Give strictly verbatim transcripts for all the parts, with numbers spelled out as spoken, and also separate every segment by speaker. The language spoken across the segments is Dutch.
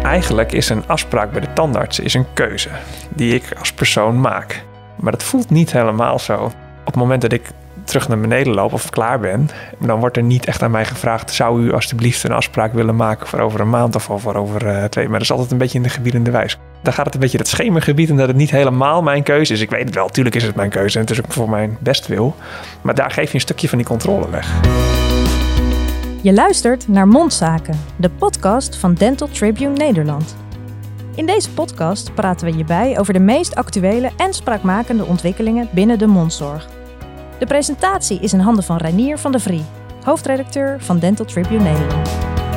Speaker 1: Eigenlijk is een afspraak bij de tandarts is een keuze die ik als persoon maak. Maar dat voelt niet helemaal zo. Op het moment dat ik terug naar beneden loop of klaar ben, dan wordt er niet echt aan mij gevraagd: zou u alstublieft een afspraak willen maken voor over een maand of voor over uh, twee? Maar dat is altijd een beetje in de gebiedende wijs. Daar gaat het een beetje het schemergebied en dat het niet helemaal mijn keuze is. Ik weet het wel, natuurlijk is het mijn keuze en het is ook voor mijn bestwil. Maar daar geef je een stukje van die controle weg.
Speaker 2: Je luistert naar Mondzaken, de podcast van Dental Tribune Nederland. In deze podcast praten we je bij over de meest actuele en spraakmakende ontwikkelingen binnen de mondzorg. De presentatie is in handen van Reinier van der Vrie, hoofdredacteur van Dental Tribune Nederland.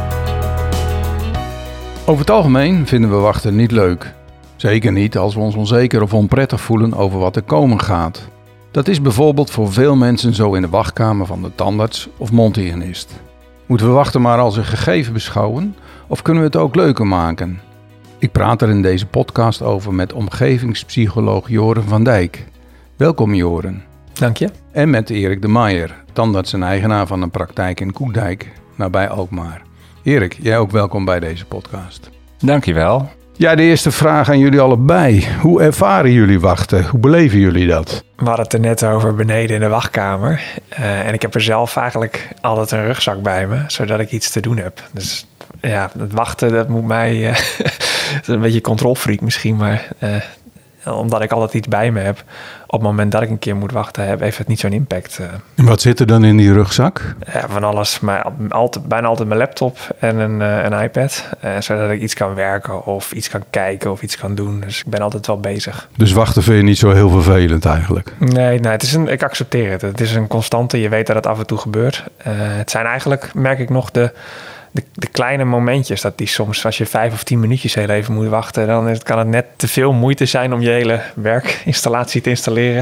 Speaker 3: Over het algemeen vinden we wachten niet leuk. Zeker niet als we ons onzeker of onprettig voelen over wat er komen gaat. Dat is bijvoorbeeld voor veel mensen zo in de wachtkamer van de tandarts of mondhygiënist. Moeten we wachten maar als een gegeven beschouwen of kunnen we het ook leuker maken? Ik praat er in deze podcast over met omgevingspsycholoog Joren van Dijk. Welkom Joren.
Speaker 1: Dank je.
Speaker 3: En met Erik de Maier, tandarts en eigenaar van een praktijk in Koekdijk, nabij Alkmaar. Erik, jij ook welkom bij deze podcast.
Speaker 4: Dank je wel.
Speaker 3: Ja, de eerste vraag aan jullie allebei. Hoe ervaren jullie wachten? Hoe beleven jullie dat?
Speaker 1: We hadden het er net over beneden in de wachtkamer. Uh, en ik heb er zelf eigenlijk altijd een rugzak bij me, zodat ik iets te doen heb. Dus ja, het wachten, dat moet mij... Uh, het is een beetje controlfreak misschien, maar... Uh, omdat ik altijd iets bij me heb. Op het moment dat ik een keer moet wachten heb, heeft het niet zo'n impact.
Speaker 3: En wat zit er dan in die rugzak?
Speaker 1: Ja, van alles. Maar altijd, bijna altijd mijn laptop en een, uh, een iPad. Uh, zodat ik iets kan werken of iets kan kijken of iets kan doen. Dus ik ben altijd wel bezig.
Speaker 3: Dus wachten vind je niet zo heel vervelend eigenlijk?
Speaker 1: Nee, nee het is een, ik accepteer het. Het is een constante. Je weet dat het af en toe gebeurt. Uh, het zijn eigenlijk, merk ik nog, de... De, de kleine momentjes, dat die soms als je vijf of tien minuutjes heel even moet wachten, dan is, kan het net te veel moeite zijn om je hele werkinstallatie te installeren.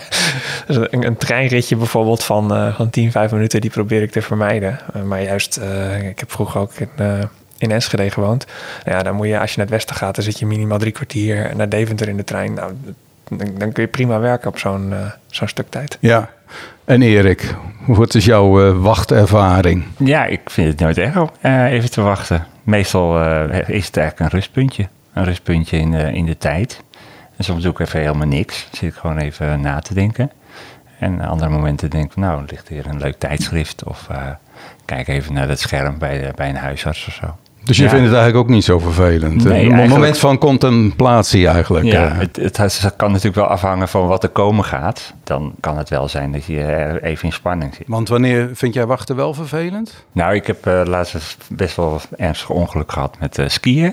Speaker 1: Dus een, een treinritje bijvoorbeeld van, uh, van tien, vijf minuten, die probeer ik te vermijden. Uh, maar juist, uh, ik heb vroeger ook in, uh, in Enschede gewoond. Nou ja, dan moet je, als je naar het westen gaat, dan zit je minimaal drie kwartier naar Deventer in de trein. Nou, dan, dan kun je prima werken op zo'n, uh, zo'n stuk tijd.
Speaker 3: Ja. En Erik, wat is jouw uh, wachtervaring?
Speaker 4: Ja, ik vind het nooit erg om uh, even te wachten. Meestal uh, is het eigenlijk een rustpuntje. Een rustpuntje in de, in de tijd. En soms doe ik even helemaal niks. Dan zit ik gewoon even na te denken. En andere momenten denk ik, nou, er ligt hier een leuk tijdschrift. Of uh, kijk even naar het scherm bij, de, bij een huisarts of zo.
Speaker 3: Dus je ja. vindt het eigenlijk ook niet zo vervelend?
Speaker 4: Nee,
Speaker 3: een eigenlijk... moment van contemplatie eigenlijk.
Speaker 4: Ja, het, het, het kan natuurlijk wel afhangen van wat er komen gaat. Dan kan het wel zijn dat je even in spanning zit.
Speaker 3: Want wanneer vind jij wachten wel vervelend?
Speaker 4: Nou, ik heb uh, laatst best wel ernstig ongeluk gehad met uh, skiën.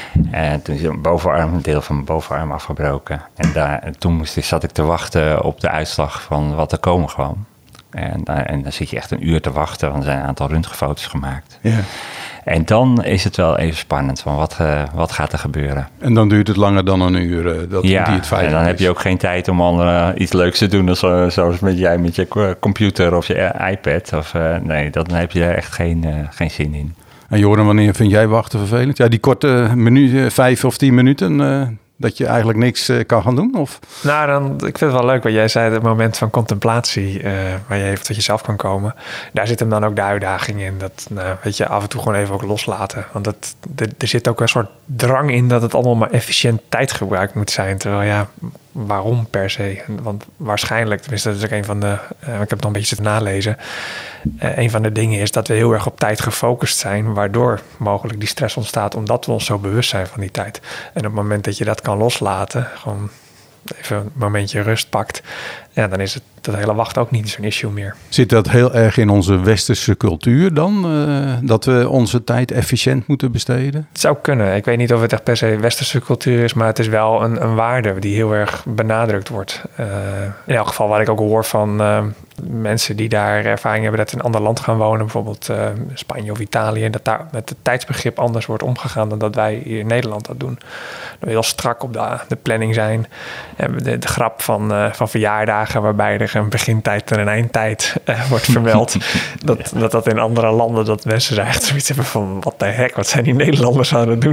Speaker 4: En toen is een bovenarm, een deel van mijn bovenarm afgebroken. En, daar, en toen moest, zat ik te wachten op de uitslag van wat er komen kwam. En, en dan zit je echt een uur te wachten, want er zijn een aantal röntgenfoto's gemaakt.
Speaker 3: Ja.
Speaker 4: En dan is het wel even spannend, van wat, uh, wat gaat er gebeuren.
Speaker 3: En dan duurt het langer dan een uur, uh, dat
Speaker 4: ja,
Speaker 3: die het feit
Speaker 4: en dan
Speaker 3: is.
Speaker 4: heb je ook geen tijd om andere, iets leuks te doen, als, uh, zoals met jij met je computer of je iPad. Of, uh, nee, dan heb je er echt geen, uh, geen zin in.
Speaker 3: En Joren, wanneer vind jij wachten vervelend? Ja, die korte minuut, vijf of tien minuten... Uh... dat je eigenlijk niks uh, kan gaan doen? Of?
Speaker 1: Nou, dan, ik vind het wel leuk wat jij zei, het moment van contemplatie, uh, waar je even tot jezelf kan komen. Daar zit hem dan ook de uitdaging in. Dat, nou, weet je, af en toe gewoon even ook loslaten. Want dat, de, er zit ook een soort drang in dat het allemaal maar efficiënt tijdgebruik moet zijn. Terwijl ja, waarom per se? Want waarschijnlijk, tenminste, dat is ook een van de... Uh, ik heb het nog een beetje zitten nalezen. Uh, een van de dingen is dat we heel erg op tijd gefocust zijn, waardoor mogelijk die stress ontstaat, omdat we ons zo bewust zijn van die tijd. En op het moment dat je dat kan loslaten, gewoon even een momentje rust pakt, ja, dan is het dat hele wachten ook niet zo'n issue meer.
Speaker 3: Zit dat heel erg in onze westerse cultuur dan? Uh, dat we onze tijd efficiënt moeten besteden?
Speaker 1: Het zou kunnen. Ik weet niet of het echt per se westerse cultuur is, maar het is wel een, een waarde die heel erg benadrukt wordt. Uh, in elk geval wat ik ook hoor van uh, mensen die daar ervaring hebben dat in een ander land gaan wonen, bijvoorbeeld uh, Spanje of Italië, dat daar met het tijdsbegrip anders wordt omgegaan dan dat wij hier in Nederland dat doen. Dat we heel strak op de, de planning zijn. En de, de grap van, uh, van verjaardagen waarbij er een begintijd en een eindtijd uh, wordt vermeld. dat, dat dat in andere landen, dat mensen daar echt zoiets hebben van, wat de heck, wat zijn die Nederlanders aan het doen?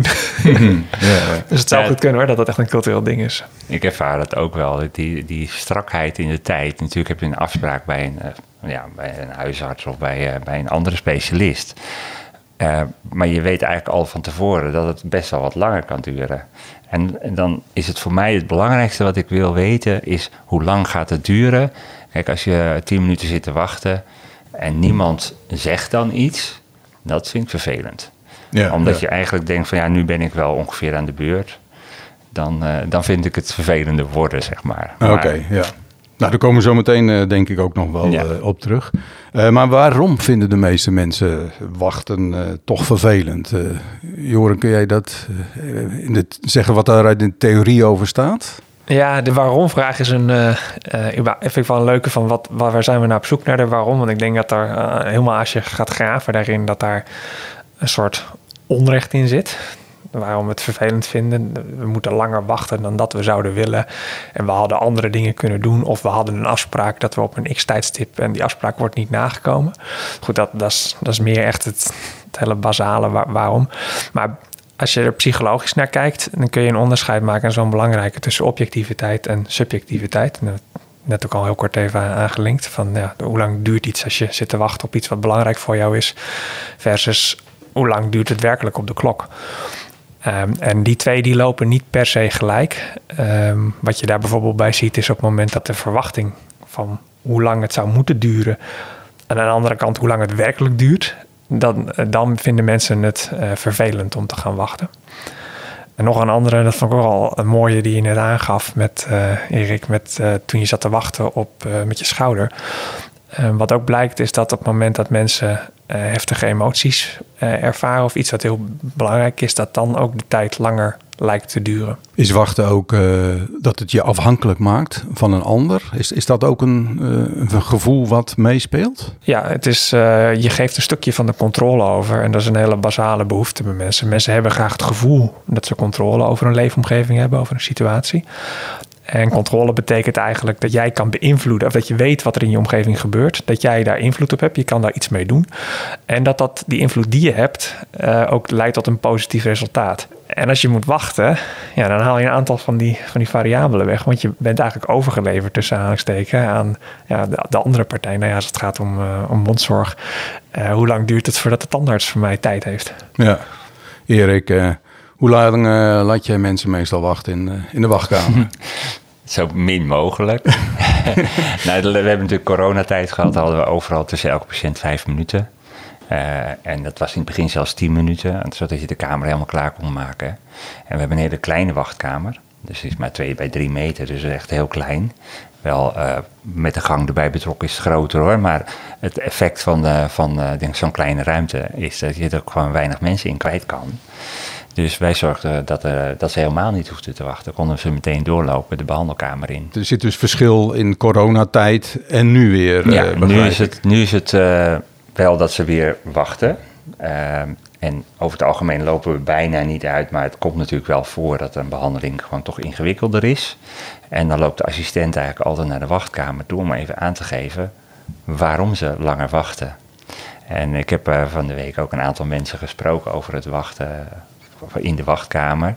Speaker 1: ja, dus het zou ja, goed kunnen hoor, dat dat echt een cultureel ding is.
Speaker 4: Ik ervaar dat ook wel, die, die strakheid in de tijd. Natuurlijk heb je een afspraak bij een, uh, ja, bij een huisarts of bij, uh, bij een andere specialist. Uh, maar je weet eigenlijk al van tevoren dat het best wel wat langer kan duren. En, en dan is het voor mij het belangrijkste wat ik wil weten is hoe lang gaat het duren. Kijk, als je tien minuten zit te wachten en niemand zegt dan iets, dat vind ik vervelend. Ja, Omdat ja. je eigenlijk denkt van ja, nu ben ik wel ongeveer aan de beurt. Dan, uh, dan vind ik het vervelender worden, zeg maar.
Speaker 3: Oké, okay, ja. Nou, daar komen we zo meteen uh, denk ik ook nog wel ja. uh, op terug. Uh, maar waarom vinden de meeste mensen wachten uh, toch vervelend? Uh, Joren, kun jij dat uh, in de, zeggen wat daar in de theorie over staat?
Speaker 1: Ja, de waarom-vraag is een, uh, uh, vind ik wel een leuke van wat, waar zijn we nou op zoek naar de waarom? Want ik denk dat er uh, helemaal als je gaat graven daarin, dat daar een soort onrecht in zit. Waarom we het vervelend vinden. We moeten langer wachten dan dat we zouden willen. En we hadden andere dingen kunnen doen. Of we hadden een afspraak dat we op een x-tijdstip... en die afspraak wordt niet nagekomen. Goed, dat, dat, is, dat is meer echt het, het hele basale waar, waarom. Maar als je er psychologisch naar kijkt... dan kun je een onderscheid maken... en zo'n belangrijke tussen objectiviteit en subjectiviteit. En net ook al heel kort even aangelinkt. Van ja, hoe lang duurt iets als je zit te wachten op iets wat belangrijk voor jou is... versus hoe lang duurt het werkelijk op de klok... Um, en die twee die lopen niet per se gelijk. Um, wat je daar bijvoorbeeld bij ziet is op het moment dat de verwachting van hoe lang het zou moeten duren... en aan de andere kant hoe lang het werkelijk duurt... dan, dan vinden mensen het uh, vervelend om te gaan wachten. En nog een andere, dat vond ik ook al een mooie die je net aangaf met uh, Erik... Met, uh, toen je zat te wachten op, uh, met je schouder... Uh, wat ook blijkt is dat op het moment dat mensen uh, heftige emoties uh, ervaren... of iets wat heel belangrijk is, dat dan ook de tijd langer lijkt te duren.
Speaker 3: Is wachten ook uh, dat het je afhankelijk maakt van een ander? Is, is dat ook een, uh, een gevoel wat meespeelt?
Speaker 1: Ja, het is, uh, je geeft een stukje van de controle over. En dat is een hele basale behoefte bij mensen. Mensen hebben graag het gevoel dat ze controle over hun leefomgeving hebben, over een situatie. En controle betekent eigenlijk dat jij kan beïnvloeden... of dat je weet wat er in je omgeving gebeurt. Dat jij daar invloed op hebt. Je kan daar iets mee doen. En dat, dat die invloed die je hebt... Uh, ook leidt tot een positief resultaat. En als je moet wachten... Ja, dan haal je een aantal van die, van die variabelen weg. Want je bent eigenlijk overgeleverd tussen aanhalingstekens... aan ja, de, de andere partij. Nou ja, als het gaat om, uh, om mondzorg. Uh, hoe lang duurt het voordat de tandarts voor mij tijd heeft?
Speaker 3: Ja, Erik... Uh... Hoe lang uh, laat jij mensen meestal wachten in, uh, in de wachtkamer?
Speaker 4: Zo min mogelijk. nou, we hebben natuurlijk coronatijd gehad. Dan hadden we overal tussen elke patiënt vijf minuten. Uh, en dat was in het begin zelfs tien minuten. Zodat je de kamer helemaal klaar kon maken. En we hebben een hele kleine wachtkamer. Dus het is maar twee bij drie meter. Dus echt heel klein. Wel, uh, met de gang erbij betrokken is het groter hoor. Maar het effect van, de, van uh, denk zo'n kleine ruimte is dat je er ook gewoon weinig mensen in kwijt kan. Dus wij zorgden dat, er, dat ze helemaal niet hoefden te wachten. Konden ze meteen doorlopen de behandelkamer in.
Speaker 3: Er zit dus verschil in coronatijd en nu weer.
Speaker 4: Ja,
Speaker 3: uh,
Speaker 4: nu is het, nu is het uh, wel dat ze weer wachten. Uh, en over het algemeen lopen we bijna niet uit. Maar het komt natuurlijk wel voor dat een behandeling gewoon toch ingewikkelder is. En dan loopt de assistent eigenlijk altijd naar de wachtkamer toe om even aan te geven waarom ze langer wachten. En ik heb uh, van de week ook een aantal mensen gesproken over het wachten in de wachtkamer.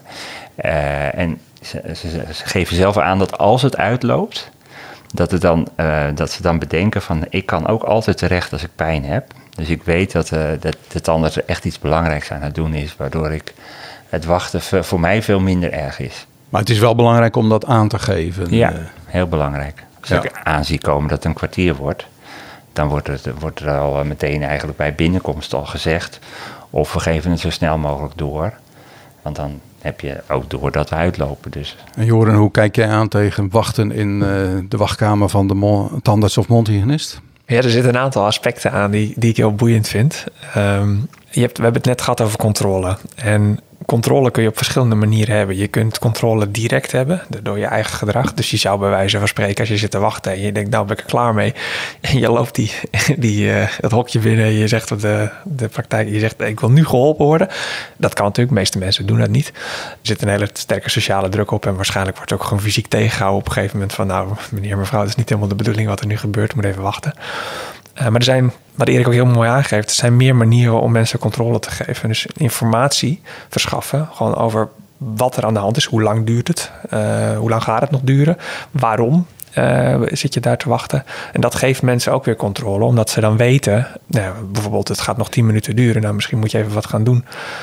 Speaker 4: Uh, en ze, ze, ze geven zelf aan dat als het uitloopt, dat, het dan, uh, dat ze dan bedenken van ik kan ook altijd terecht als ik pijn heb. Dus ik weet dat, uh, dat de tandarts er echt iets belangrijks aan het doen is, waardoor ik het wachten voor mij veel minder erg is.
Speaker 3: Maar het is wel belangrijk om dat aan te geven.
Speaker 4: Ja, heel belangrijk. Als ja. ik aan zie komen dat het een kwartier wordt, dan wordt, het, wordt er al meteen eigenlijk bij binnenkomst al gezegd, of we geven het zo snel mogelijk door. Want dan heb je ook door dat we uitlopen. Dus.
Speaker 3: En Joren, hoe kijk jij aan tegen wachten in uh, de wachtkamer van de mo- tandarts of mondhygiënist?
Speaker 1: Ja, er zitten een aantal aspecten aan die, die ik heel boeiend vind. Um, je hebt, we hebben het net gehad over controle. En controle kun je op verschillende manieren hebben. Je kunt controle direct hebben, door je eigen gedrag. Dus je zou bij wijze van spreken, als je zit te wachten en je denkt, nou ben ik er klaar mee. En je loopt die, die, uh, het hokje binnen en je zegt op de, de praktijk, je zegt, ik wil nu geholpen worden. Dat kan natuurlijk, de meeste mensen doen dat niet. Er zit een hele sterke sociale druk op en waarschijnlijk wordt het ook gewoon fysiek tegengehouden op een gegeven moment van, nou meneer, mevrouw, het is niet helemaal de bedoeling wat er nu gebeurt, moet even wachten. Uh, maar er zijn, wat Erik ook heel mooi aangeeft, er zijn meer manieren om mensen controle te geven. Dus informatie verschaffen, gewoon over wat er aan de hand is, hoe lang duurt het, uh, hoe lang gaat het nog duren, waarom. uh, zit je daar te wachten. En dat geeft mensen ook weer controle, omdat ze dan weten, nou, bijvoorbeeld het gaat nog tien minuten duren, nou misschien moet je even wat gaan doen.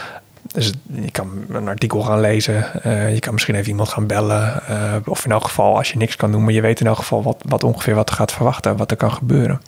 Speaker 1: Dus je kan een artikel gaan lezen, uh, je kan misschien even iemand gaan bellen. Uh, of in elk geval, als je niks kan doen, maar je weet in elk geval wat, wat ongeveer wat er gaat verwachten, wat er kan gebeuren.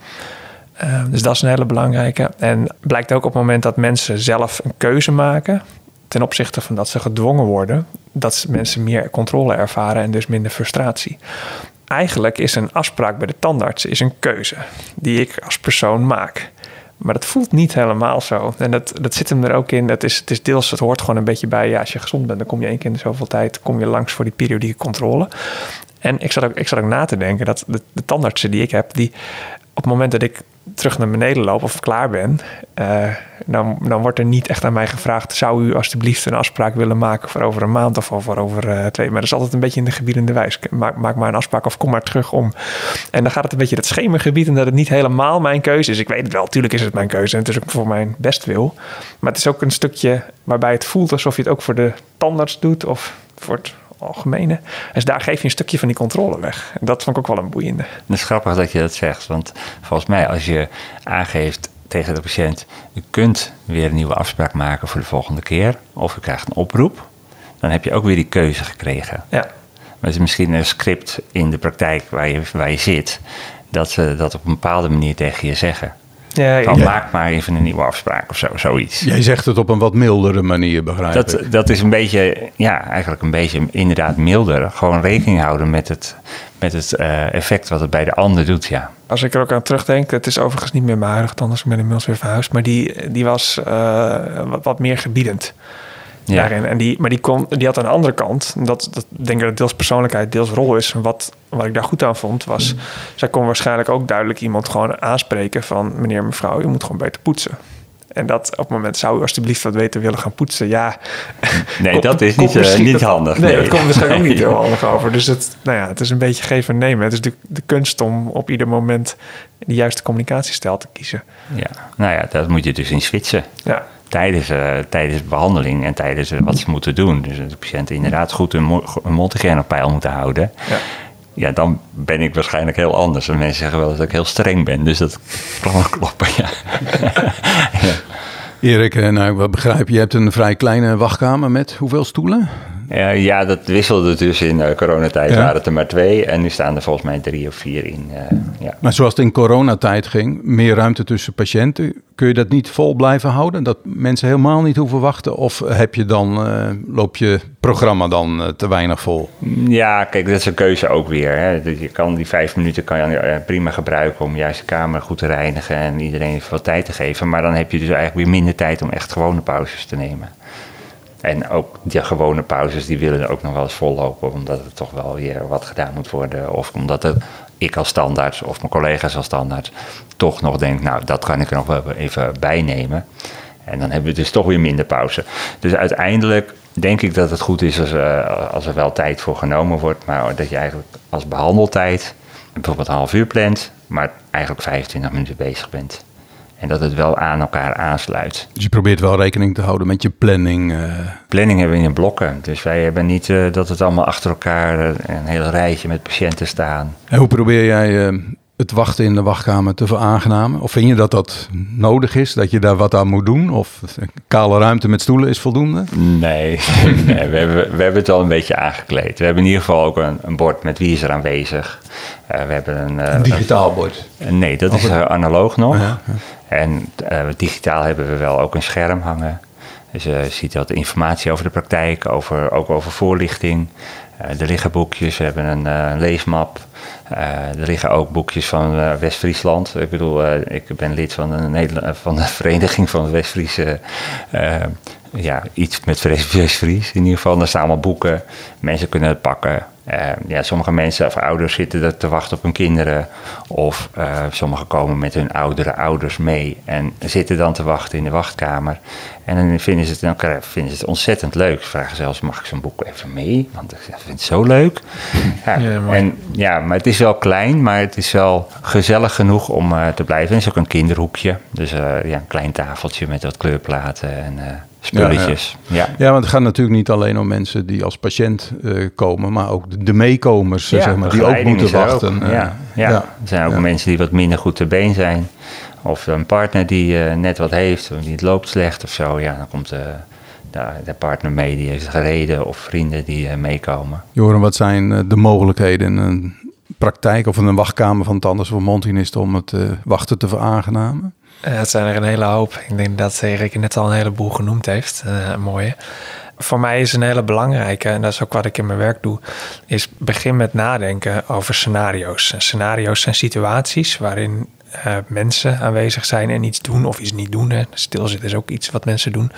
Speaker 1: Uh, dus dat is een hele belangrijke. En blijkt ook op het moment dat mensen zelf een keuze maken, ten opzichte van dat ze gedwongen worden, dat mensen meer controle ervaren en dus minder frustratie. Eigenlijk is een afspraak bij de tandarts is een keuze die ik als persoon maak. Maar dat voelt niet helemaal zo. En dat, dat zit hem er ook in. Dat is, het is deels, het hoort gewoon een beetje bij. Ja, als je gezond bent, dan kom je één keer in de zoveel tijd kom je langs voor die periodieke controle. En ik zat ook, ik zat ook na te denken dat de, de tandartsen die ik heb, die op het moment dat ik terug naar beneden loop of klaar ben, uh, dan, dan wordt er niet echt aan mij gevraagd, zou u alstublieft een afspraak willen maken voor over een maand of voor over uh, twee. Maar dat is altijd een beetje in de gebiedende wijs. Maak, maak maar een afspraak of kom maar terug om. En dan gaat het een beetje het schemergebied en dat het niet helemaal mijn keuze is. Ik weet het wel, natuurlijk is het mijn keuze en het is ook voor mijn bestwil. Maar het is ook een stukje waarbij het voelt alsof je het ook voor de tandarts doet of voor het algemene. Dus daar geef je een stukje van die controle weg. En dat vond ik ook wel een boeiende.
Speaker 4: Het is grappig dat je dat zegt. Want volgens mij als je aangeeft tegen de patiënt, u kunt weer een nieuwe afspraak maken voor de volgende keer, of u krijgt een oproep, dan heb je ook weer die keuze gekregen.
Speaker 1: Ja.
Speaker 4: Maar het is misschien een script in de praktijk waar je, waar je zit, dat ze dat op een bepaalde manier tegen je zeggen.
Speaker 1: Ja,
Speaker 4: Van,
Speaker 1: ja.
Speaker 4: maak maar even een nieuwe afspraak of zo, zoiets.
Speaker 3: Jij zegt het op een wat mildere manier, begrijp
Speaker 4: dat,
Speaker 3: ik.
Speaker 4: dat is een beetje, ja, eigenlijk een beetje inderdaad milder. Gewoon rekening houden met het, met het uh, effect wat het bij de ander doet, ja.
Speaker 1: Als ik er ook aan terugdenk, het is overigens niet meer mijn huidige tandarts, ik ben inmiddels weer verhuisd, maar die, die was uh, wat, wat meer gebiedend. Ja. Daarin. En die, maar die, kon, die had aan de andere kant, dat, dat denk ik dat deels persoonlijkheid, deels rol is. Wat, wat ik daar goed aan vond, was, mm. zij kon waarschijnlijk ook duidelijk iemand gewoon aanspreken van, meneer, mevrouw, u moet gewoon beter poetsen. En dat op het moment, zou u alstublieft wat weten willen gaan poetsen? Ja.
Speaker 4: Nee,
Speaker 1: kom,
Speaker 4: dat is niet, uh, niet handig.
Speaker 1: Nee,
Speaker 4: nee,
Speaker 1: dat komt waarschijnlijk ook niet heel handig over. Dus het, nou ja, het is een beetje geven en nemen. Het is de, de kunst om op ieder moment de juiste communicatiestijl te kiezen.
Speaker 4: Ja, nou ja, dat moet je dus in switchen.
Speaker 1: Ja.
Speaker 4: Tijdens, uh, tijdens behandeling en tijdens uh, wat ze moeten doen. Dus de patiënten inderdaad goed een, mo- een mondhygiëne op peil moeten houden. Ja. Ja, dan ben ik waarschijnlijk heel anders. En mensen zeggen wel dat ik heel streng ben. Dus dat kan wel kloppen, ja.
Speaker 3: ja. Erik, nou, wat begrijp je? Je hebt een vrij kleine wachtkamer met hoeveel stoelen?
Speaker 4: Ja, ja, dat wisselde dus in uh, coronatijd. Ja. Waren het er maar twee. En nu staan er volgens mij drie of vier in. Uh, ja.
Speaker 3: Maar zoals het in coronatijd ging, meer ruimte tussen patiënten. Kun je dat niet vol blijven houden? Dat mensen helemaal niet hoeven wachten? Of heb je dan, uh, loop je programma dan uh, te weinig vol?
Speaker 4: Ja, kijk, dat is een keuze ook weer. Hè. Je kan die vijf minuten kan je uh, prima gebruiken om juist de kamer goed te reinigen en iedereen even wat tijd te geven. Maar dan heb je dus eigenlijk weer minder tijd om echt gewone pauzes te nemen. En ook die gewone pauzes, die willen er ook nog wel eens vollopen, omdat er toch wel weer wat gedaan moet worden. Of omdat er, ik als standaard of mijn collega's als standaard toch nog denk, nou, dat kan ik er nog wel even bij nemen. En dan hebben we dus toch weer minder pauze. Dus uiteindelijk denk ik dat het goed is als, uh, als er wel tijd voor genomen wordt, maar dat je eigenlijk als behandeltijd bijvoorbeeld een half uur plant, maar eigenlijk vijfentwintig minuten bezig bent. En dat het wel aan elkaar aansluit.
Speaker 3: Dus je probeert wel rekening te houden met je planning. Uh...
Speaker 4: Planning hebben we in blokken. Dus wij hebben niet uh, dat het allemaal achter elkaar uh, een heel rijtje met patiënten staan.
Speaker 3: En hoe probeer jij uh, het wachten in de wachtkamer te veraangenamen? Of vind je dat dat nodig is? Dat je daar wat aan moet doen? Of kale ruimte met stoelen is voldoende?
Speaker 4: Nee, nee we, hebben, we hebben het al een beetje aangekleed. We hebben in ieder geval ook een, een bord met wie is er aanwezig. Uh, we hebben een, uh,
Speaker 3: een digitaal bord?
Speaker 4: Een, nee, dat of is uh, analoog nog.
Speaker 3: Oh ja, ja.
Speaker 4: En uh, digitaal hebben we wel ook een scherm hangen. Dus je uh, ziet wat informatie over de praktijk, over, ook over voorlichting. Uh, er liggen boekjes, we hebben een uh, leesmap. Uh, er liggen ook boekjes van uh, West-Friesland. Ik bedoel, uh, ik ben lid van de, Nederla- van de vereniging van de West-Friese... Uh, ja, iets met West-Fries in ieder geval. Daar staan allemaal boeken. Mensen kunnen het pakken. Uh, ja, sommige mensen of ouders zitten er te wachten op hun kinderen. Of uh, sommigen komen met hun oudere ouders mee en zitten dan te wachten in de wachtkamer. En dan vinden ze het, dan vinden ze het ontzettend leuk. Ze vragen zelfs, mag ik zo'n boek even mee? Want ik vind het zo leuk. Ja, ja, maar... En, ja, maar het is wel klein, maar het is wel gezellig genoeg om uh, te blijven. En het is ook een kinderhoekje. Dus uh, ja, een klein tafeltje met wat kleurplaten en... Uh, spulletjes.
Speaker 3: Ja, ja.
Speaker 4: Ja.
Speaker 3: ja, want het gaat natuurlijk niet alleen om mensen die als patiënt uh, komen, maar ook de, de meekomers,
Speaker 4: Ja,
Speaker 3: zeg maar, die ook moeten wachten.
Speaker 4: Ook. Uh, ja, ja. ja, er zijn ook ja. mensen die wat minder goed te been zijn. Of een partner die uh, net wat heeft, die het loopt slecht of zo. Ja, dan komt uh, de, de partner mee, die heeft gereden, of vrienden die uh, meekomen.
Speaker 3: Joren, wat zijn uh, de mogelijkheden in een praktijk of in een wachtkamer van tandarts of mondhygiënist om het uh, wachten te veraangenamen?
Speaker 1: Uh, het zijn er een hele hoop. Ik denk dat Erik net al een heleboel genoemd heeft. Uh, een mooie. Voor mij is een hele belangrijke, en dat is ook wat ik in mijn werk doe, is begin met nadenken over scenario's. En scenario's zijn situaties waarin uh, mensen aanwezig zijn en iets doen of iets niet doen. Hè. Stilzitten is ook iets wat mensen doen.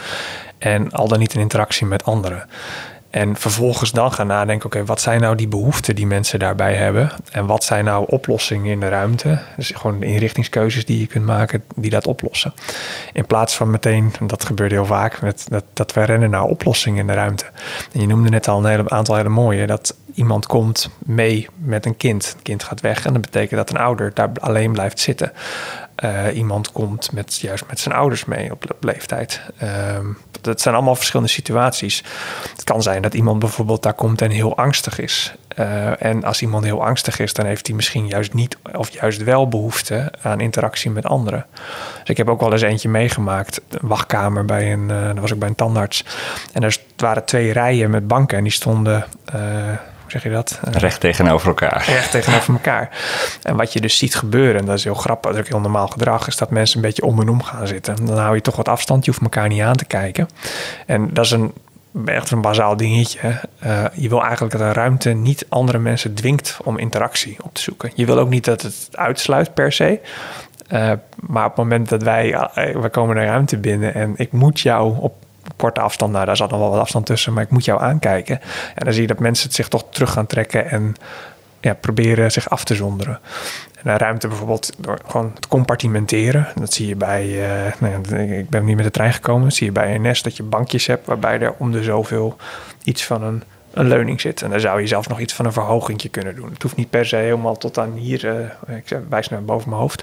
Speaker 1: En al dan niet in interactie met anderen. En vervolgens dan gaan nadenken, oké, okay, wat zijn nou die behoeften die mensen daarbij hebben? En wat zijn nou oplossingen in de ruimte? Dus gewoon inrichtingskeuzes die je kunt maken die dat oplossen. In plaats van meteen, dat gebeurt heel vaak, met dat, dat we rennen naar oplossingen in de ruimte. En je noemde net al een hele, aantal hele mooie, dat iemand komt mee met een kind. Het kind gaat weg en dat betekent dat een ouder daar alleen blijft zitten. Uh, iemand komt met, juist met zijn ouders mee op, op leeftijd. Uh, dat zijn allemaal verschillende situaties. Het kan zijn dat iemand bijvoorbeeld daar komt en heel angstig is. Uh, en als iemand heel angstig is, dan heeft hij misschien juist niet of juist wel behoefte aan interactie met anderen. Dus ik heb ook wel eens eentje meegemaakt. Een wachtkamer bij een, uh, dat was ook bij een tandarts. En er waren twee rijen met banken en die stonden... Uh, zeg je dat?
Speaker 4: Recht tegenover elkaar.
Speaker 1: Recht tegenover elkaar. En wat je dus ziet gebeuren, en dat is heel grappig, dat is ook heel normaal gedrag, is dat mensen een beetje om en om gaan zitten. Dan hou je toch wat afstand, je hoeft elkaar niet aan te kijken. En dat is een, echt een bazaal dingetje. Uh, je wil eigenlijk dat een ruimte niet andere mensen dwingt om interactie op te zoeken. Je wil ook niet dat het uitsluit per se. Uh, maar op het moment dat wij, uh, we komen de ruimte binnen en ik moet jou op korte afstand, nou daar zat nog wel wat afstand tussen, maar ik moet jou aankijken. En dan zie je dat mensen het zich toch terug gaan trekken en ja, proberen zich af te zonderen. En een ruimte bijvoorbeeld door gewoon te compartimenteren. Dat zie je bij, uh, nou ja, ik ben niet met de trein gekomen, dat zie je bij N S dat je bankjes hebt waarbij er om de zoveel iets van een, een leuning zit. En dan zou je zelfs nog iets van een verhogingje kunnen doen. Het hoeft niet per se helemaal tot aan hier, uh, ik wijs naar boven mijn hoofd.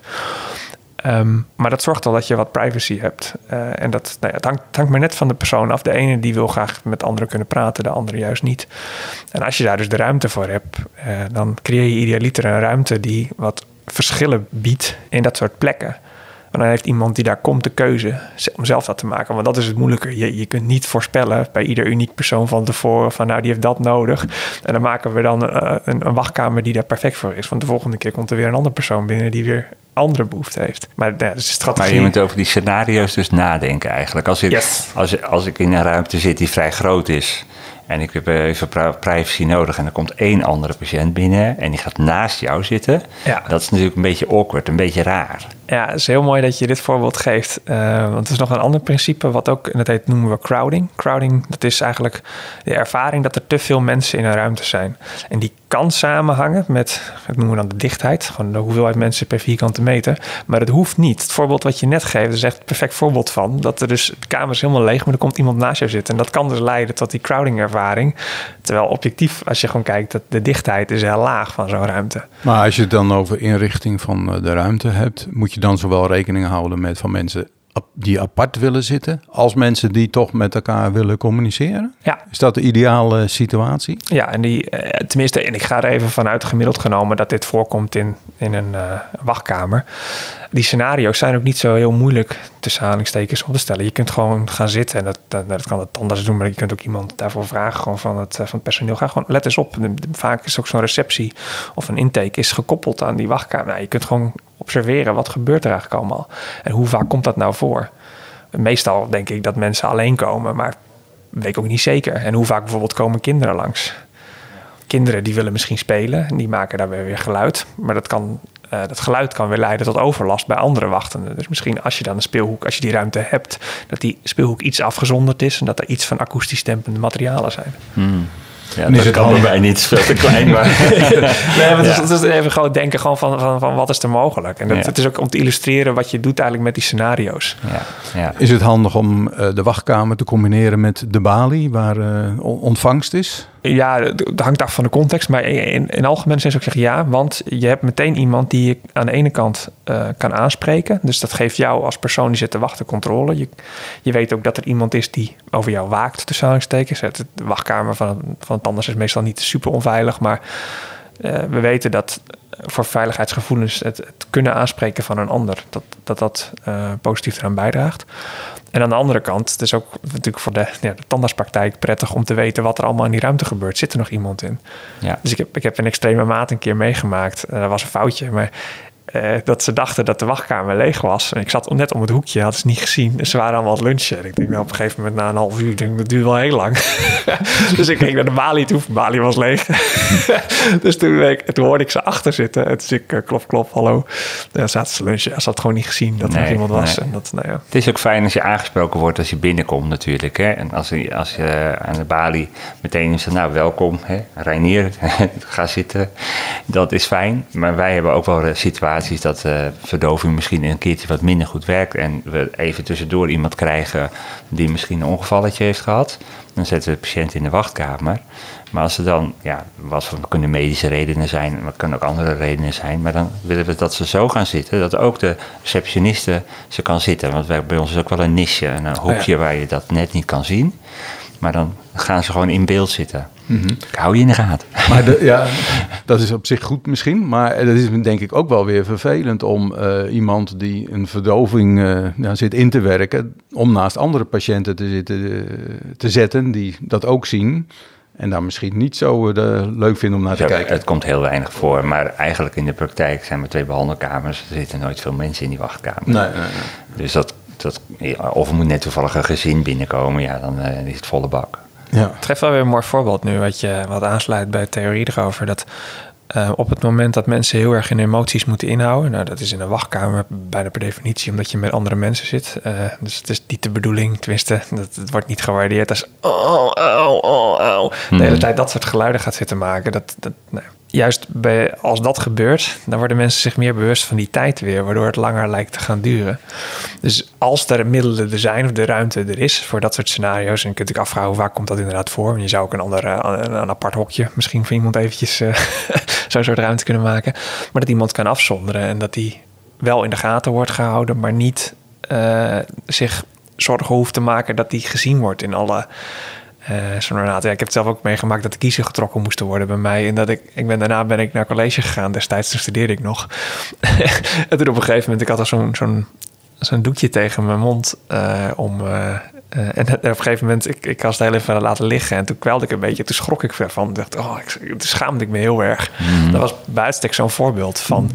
Speaker 1: Um, maar dat zorgt al dat je wat privacy hebt. Uh, en dat, nou ja, het, hangt, het hangt maar net van de persoon af. De ene die wil graag met anderen kunnen praten, de andere juist niet. En als je daar dus de ruimte voor hebt, uh, dan creëer je idealiter een ruimte die wat verschillen biedt in dat soort plekken. En dan heeft iemand die daar komt de keuze om zelf dat te maken. Want dat is het moeilijke. Je, je kunt niet voorspellen bij ieder uniek persoon van tevoren van nou, die heeft dat nodig. En dan maken we dan uh, een, een wachtkamer die daar perfect voor is. Want de volgende keer komt er weer een andere persoon binnen die weer andere behoefte heeft. Maar ja, dus strategie.
Speaker 4: Maar je moet over die scenario's dus nadenken eigenlijk. Als ik,
Speaker 1: yes.
Speaker 4: als, als ik in een ruimte zit die vrij groot is en ik heb even privacy nodig en er komt één andere patiënt binnen en die gaat naast jou zitten.
Speaker 1: Ja.
Speaker 4: Dat is natuurlijk een beetje awkward, een beetje raar.
Speaker 1: Ja, het is heel mooi dat je dit voorbeeld geeft. Uh, want het is nog een ander principe wat ook, en dat heet, noemen we crowding. Crowding, dat is eigenlijk de ervaring dat er te veel mensen in een ruimte zijn. En die kan samenhangen met, dat noemen we dan de dichtheid, gewoon de hoeveelheid mensen per vierkante meter. Maar het hoeft niet. Het voorbeeld wat je net geeft is echt een perfect voorbeeld van. Dat er dus, de kamer is helemaal leeg, maar er komt iemand naast jou zitten. En dat kan dus leiden tot die crowding ervaring. Terwijl objectief, als je gewoon kijkt, dat de dichtheid is heel laag van zo'n ruimte.
Speaker 3: Maar als je het dan over inrichting van de ruimte hebt, moet je dan zowel rekening houden met van mensen die apart willen zitten, als mensen die toch met elkaar willen communiceren?
Speaker 1: Ja.
Speaker 3: Is dat de ideale situatie?
Speaker 1: Ja, en die, tenminste, en ik ga er even vanuit gemiddeld genomen dat dit voorkomt in, in een uh, wachtkamer. Die scenario's zijn ook niet zo heel moeilijk tussen aanhalingstekens op te stellen. Je kunt gewoon gaan zitten en dat, dat, dat kan het tandarts doen, maar je kunt ook iemand daarvoor vragen gewoon van het, van het personeel. Ga gewoon, let eens op. Vaak is ook zo'n receptie of een intake is gekoppeld aan die wachtkamer. Nou, je kunt gewoon observeren, wat gebeurt er eigenlijk allemaal? En hoe vaak komt dat nou voor? Meestal denk ik dat mensen alleen komen, maar weet ik ook niet zeker. En hoe vaak bijvoorbeeld komen kinderen langs? Kinderen die willen misschien spelen en die maken daar weer geluid. Maar dat, kan, uh, dat geluid kan weer leiden tot overlast bij andere wachtenden. Dus misschien als je dan een speelhoek, als je die ruimte hebt, dat die speelhoek iets afgezonderd is en dat er iets van akoestisch dempende materialen zijn.
Speaker 4: Hmm. Ja, dat kan bij mij niet veel te klein, maar...
Speaker 1: nee, maar het is, het is even gewoon denken gewoon van, van, van wat is er mogelijk. En dat,
Speaker 4: ja.
Speaker 1: Het is ook om te illustreren wat je doet eigenlijk met die scenario's.
Speaker 4: Ja, ja.
Speaker 3: Is het handig om uh, de wachtkamer te combineren met de balie, waar uh, ontvangst is?
Speaker 1: Ja, dat hangt af van de context. Maar in, in algemene zin zou ik zeggen ja. Want je hebt meteen iemand die je aan de ene kant uh, kan aanspreken. Dus dat geeft jou als persoon die zit te wachten controle. Je, je weet ook dat er iemand is die over jou waakt, tussen aanhalingstekens. De wachtkamer van, van het tandarts is meestal niet super onveilig. Maar uh, we weten dat voor veiligheidsgevoelens het, het kunnen aanspreken van een ander, dat dat, dat uh, positief eraan bijdraagt. En aan de andere kant, het is ook natuurlijk voor de, ja, de tandartspraktijk prettig om te weten wat er allemaal in die ruimte gebeurt. Zit er nog iemand in?
Speaker 4: Ja.
Speaker 1: Dus ik heb, ik heb een extreme maat een keer meegemaakt. Uh, dat was een foutje, maar uh, dat ze dachten dat de wachtkamer leeg was. En ik zat net om het hoekje, hadden ze niet gezien. Dus ze waren allemaal aan het lunchen. En ik denk, nou, op een gegeven moment na een half uur, ik denk, dat duurt wel heel lang. Dus ik ging naar de balie toe. De balie was leeg. Dus toen, ik, toen hoorde ik ze achter zitten. En toen ik, uh, klop, klop, hallo. En dan zaten ze lunchen. Ze had gewoon niet gezien dat er
Speaker 4: nee,
Speaker 1: iemand was.
Speaker 4: Nee.
Speaker 1: En dat, nou ja.
Speaker 4: Het is ook fijn als je aangesproken wordt als je binnenkomt natuurlijk. Hè? En als je, als je aan de balie meteen zegt, nou welkom, hè? Reinier, ga zitten. Dat is fijn. Maar wij hebben ook wel situaties dat uh, verdoving misschien een keertje wat minder goed werkt. En we even tussendoor iemand krijgen die misschien een ongevalletje heeft gehad. Dan zetten we de patiënt in de wachtkamer. Maar als er dan, ja, wat kunnen medische redenen zijn, wat kunnen ook andere redenen zijn. Maar dan willen we dat ze zo gaan zitten, dat ook de receptioniste ze kan zitten. Want wij, bij ons is ook wel een niche, een hoekje ja. waar je dat net niet kan zien. Maar dan gaan ze gewoon in beeld zitten. Mm-hmm. Ik hou je in de gaten.
Speaker 3: Maar de, ja, dat is op zich goed misschien. Maar dat is denk ik ook wel weer vervelend om uh, iemand die een verdoving uh, nou, zit in te werken, om naast andere patiënten te, zitten, uh, te zetten die dat ook zien. En daar misschien niet zo uh, leuk vinden om naar te
Speaker 4: zo,
Speaker 3: kijken.
Speaker 4: Het komt heel weinig voor. Maar eigenlijk in de praktijk zijn er twee behandelkamers. Er zitten nooit veel mensen in die wachtkamer.
Speaker 3: Nee, nee, nee.
Speaker 4: Dus dat, dat, of er moet net toevallig een gezin binnenkomen. Ja, dan uh, is het volle bak.
Speaker 1: Ja. Het geeft wel weer een mooi voorbeeld nu, wat je wat aansluit bij de theorie erover. Dat uh, op het moment dat mensen heel erg in emoties moeten inhouden. Nou, dat is in een wachtkamer bijna per definitie, omdat je met andere mensen zit. Uh, dus het is niet de bedoeling, tenminste, dat, het wordt niet gewaardeerd als oh, oh, oh, oh. De hele tijd dat soort geluiden gaat zitten maken. Dat, dat, nou, juist bij, als dat gebeurt, dan worden mensen zich meer bewust van die tijd weer, waardoor het langer lijkt te gaan duren. Dus als er middelen er zijn of de ruimte er is voor dat soort scenario's, en je kunt je afvragen hoe vaak komt dat inderdaad voor. Want je zou ook een ander, een, een apart hokje misschien voor iemand eventjes uh, zo'n soort ruimte kunnen maken. Maar dat iemand kan afzonderen en dat die wel in de gaten wordt gehouden, maar niet uh, zich zorgen hoeft te maken dat die gezien wordt in alle Uh, zo'n ja, ik heb het zelf ook meegemaakt dat de kiezen getrokken moesten worden bij mij. En dat ik, ik ben, daarna ben ik naar college gegaan. Destijds toen studeerde ik nog. En toen op een gegeven moment, ik had er zo'n, zo'n, zo'n doekje tegen mijn mond uh, om. Uh, uh, en op een gegeven moment, ik, ik was het heel even laten liggen. En toen kwelde ik een beetje. Toen schrok ik ervan. Ik dacht, oh, ik, toen schaamde ik me heel erg. Mm. Dat was bij uitstek zo'n voorbeeld van.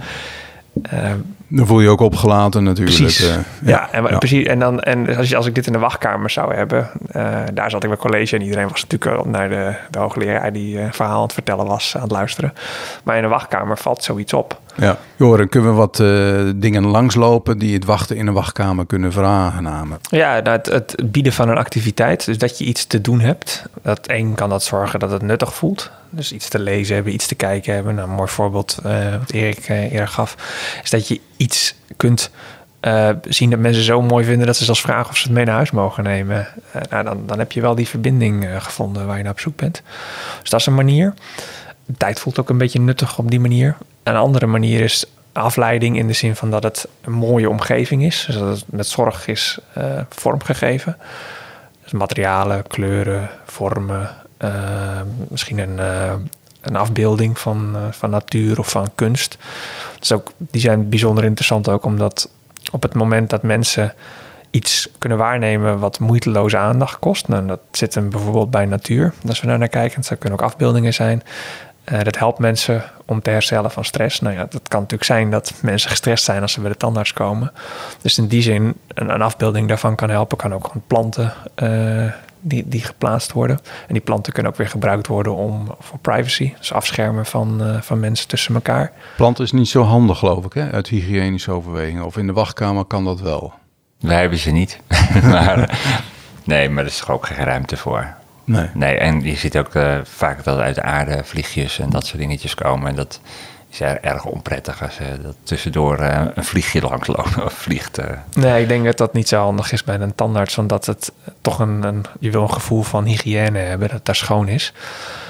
Speaker 1: Uh,
Speaker 3: dan voel je je ook opgelaten natuurlijk.
Speaker 1: Precies. Uh, ja,
Speaker 3: ja,
Speaker 1: en,
Speaker 3: ja.
Speaker 1: precies. En, dan, en als, je, als ik dit in de wachtkamer zou hebben, uh, daar zat ik bij college en iedereen was natuurlijk naar de, de hoogleraar die uh, verhaal aan het vertellen was, aan het luisteren. Maar in de wachtkamer valt zoiets op.
Speaker 3: Ja, Joren, kunnen we wat uh, dingen langslopen die het wachten in een wachtkamer kunnen veraangenamen?
Speaker 1: Ja, nou, het, het bieden van een activiteit, dus dat je iets te doen hebt. Dat één kan dat zorgen dat het nuttig voelt. Dus iets te lezen hebben, iets te kijken hebben. Nou, een mooi voorbeeld uh, wat Erik uh, eerder gaf, is dat je iets kunt uh, zien dat mensen zo mooi vinden dat ze zelfs vragen of ze het mee naar huis mogen nemen. Uh, nou, dan, dan heb je wel die verbinding uh, gevonden waar je naar op zoek bent. Dus dat is een manier. De tijd voelt ook een beetje nuttig op die manier. Een andere manier is afleiding in de zin van dat het een mooie omgeving is. Dus dat het met zorg is uh, vormgegeven. Dus materialen, kleuren, vormen. Uh, misschien een, uh, een afbeelding van, uh, van natuur of van kunst. Dus ook, die zijn bijzonder interessant ook omdat op het moment dat mensen iets kunnen waarnemen wat moeiteloze aandacht kost. Nou, dat zit hem bijvoorbeeld bij natuur. Als we daar naar kijken, dat kunnen ook afbeeldingen zijn. Uh, dat helpt mensen om te herstellen van stress. Nou ja, dat kan natuurlijk zijn dat mensen gestrest zijn als ze bij de tandarts komen. Dus in die zin, een, een afbeelding daarvan kan helpen. Kan ook gewoon planten uh, die, die geplaatst worden. En die planten kunnen ook weer gebruikt worden om voor privacy. Dus afschermen van, uh, van mensen tussen elkaar.
Speaker 3: Planten is niet zo handig, geloof ik, hè? Uit hygiënische overwegingen. Of in de wachtkamer kan dat wel.
Speaker 4: Wij hebben ze niet. maar, nee, maar er is toch ook geen ruimte voor.
Speaker 3: Nee.
Speaker 4: nee, en je ziet ook uh, vaak dat uit de aarde vliegjes en dat soort dingetjes komen. En dat is erg onprettig als uh, dat tussendoor uh, een vliegje langslopen of vliegt. Uh.
Speaker 1: Nee, ik denk dat dat niet zo handig is bij een tandarts. Omdat het toch een, een je wil een gevoel van hygiëne hebben, dat het daar schoon is.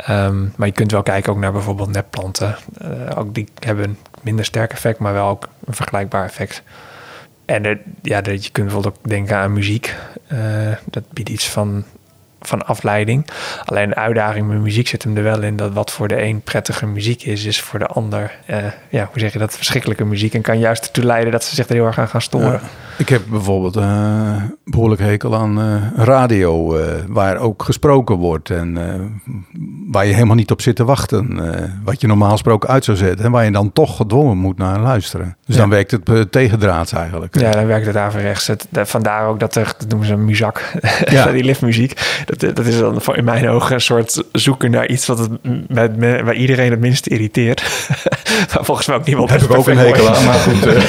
Speaker 1: Um, maar je kunt wel kijken ook naar bijvoorbeeld nepplanten. Uh, ook die hebben een minder sterk effect, maar wel ook een vergelijkbaar effect. En er, ja, je kunt bijvoorbeeld ook denken aan muziek. Uh, dat biedt iets van, van afleiding. Alleen de uitdaging met muziek zit hem er wel in... dat wat voor de een prettige muziek is, is voor de ander... Uh, ja, hoe zeg je dat? Verschrikkelijke muziek. En kan juist ertoe leiden dat ze zich er heel erg aan gaan storen. Ja,
Speaker 3: ik heb bijvoorbeeld een uh, behoorlijk hekel aan uh, radio... Uh, waar ook gesproken wordt... en uh, waar je helemaal niet op zit te wachten. Uh, wat je normaal gesproken uit zou zetten... en waar je dan toch gedwongen moet naar luisteren. Dus ja. dan werkt het uh, tegendraads eigenlijk.
Speaker 1: Ja, dan werkt het averechts. Het, vandaar ook dat er, dat noemen ze muzak, ja. die liftmuziek... Dat, dat is dan voor in mijn ogen een soort zoeken naar iets wat het met, met, waar iedereen het minst irriteert. Maar volgens mij ook niemand.
Speaker 3: Daar heb ik ook een hekel aan, maar goed. Uh.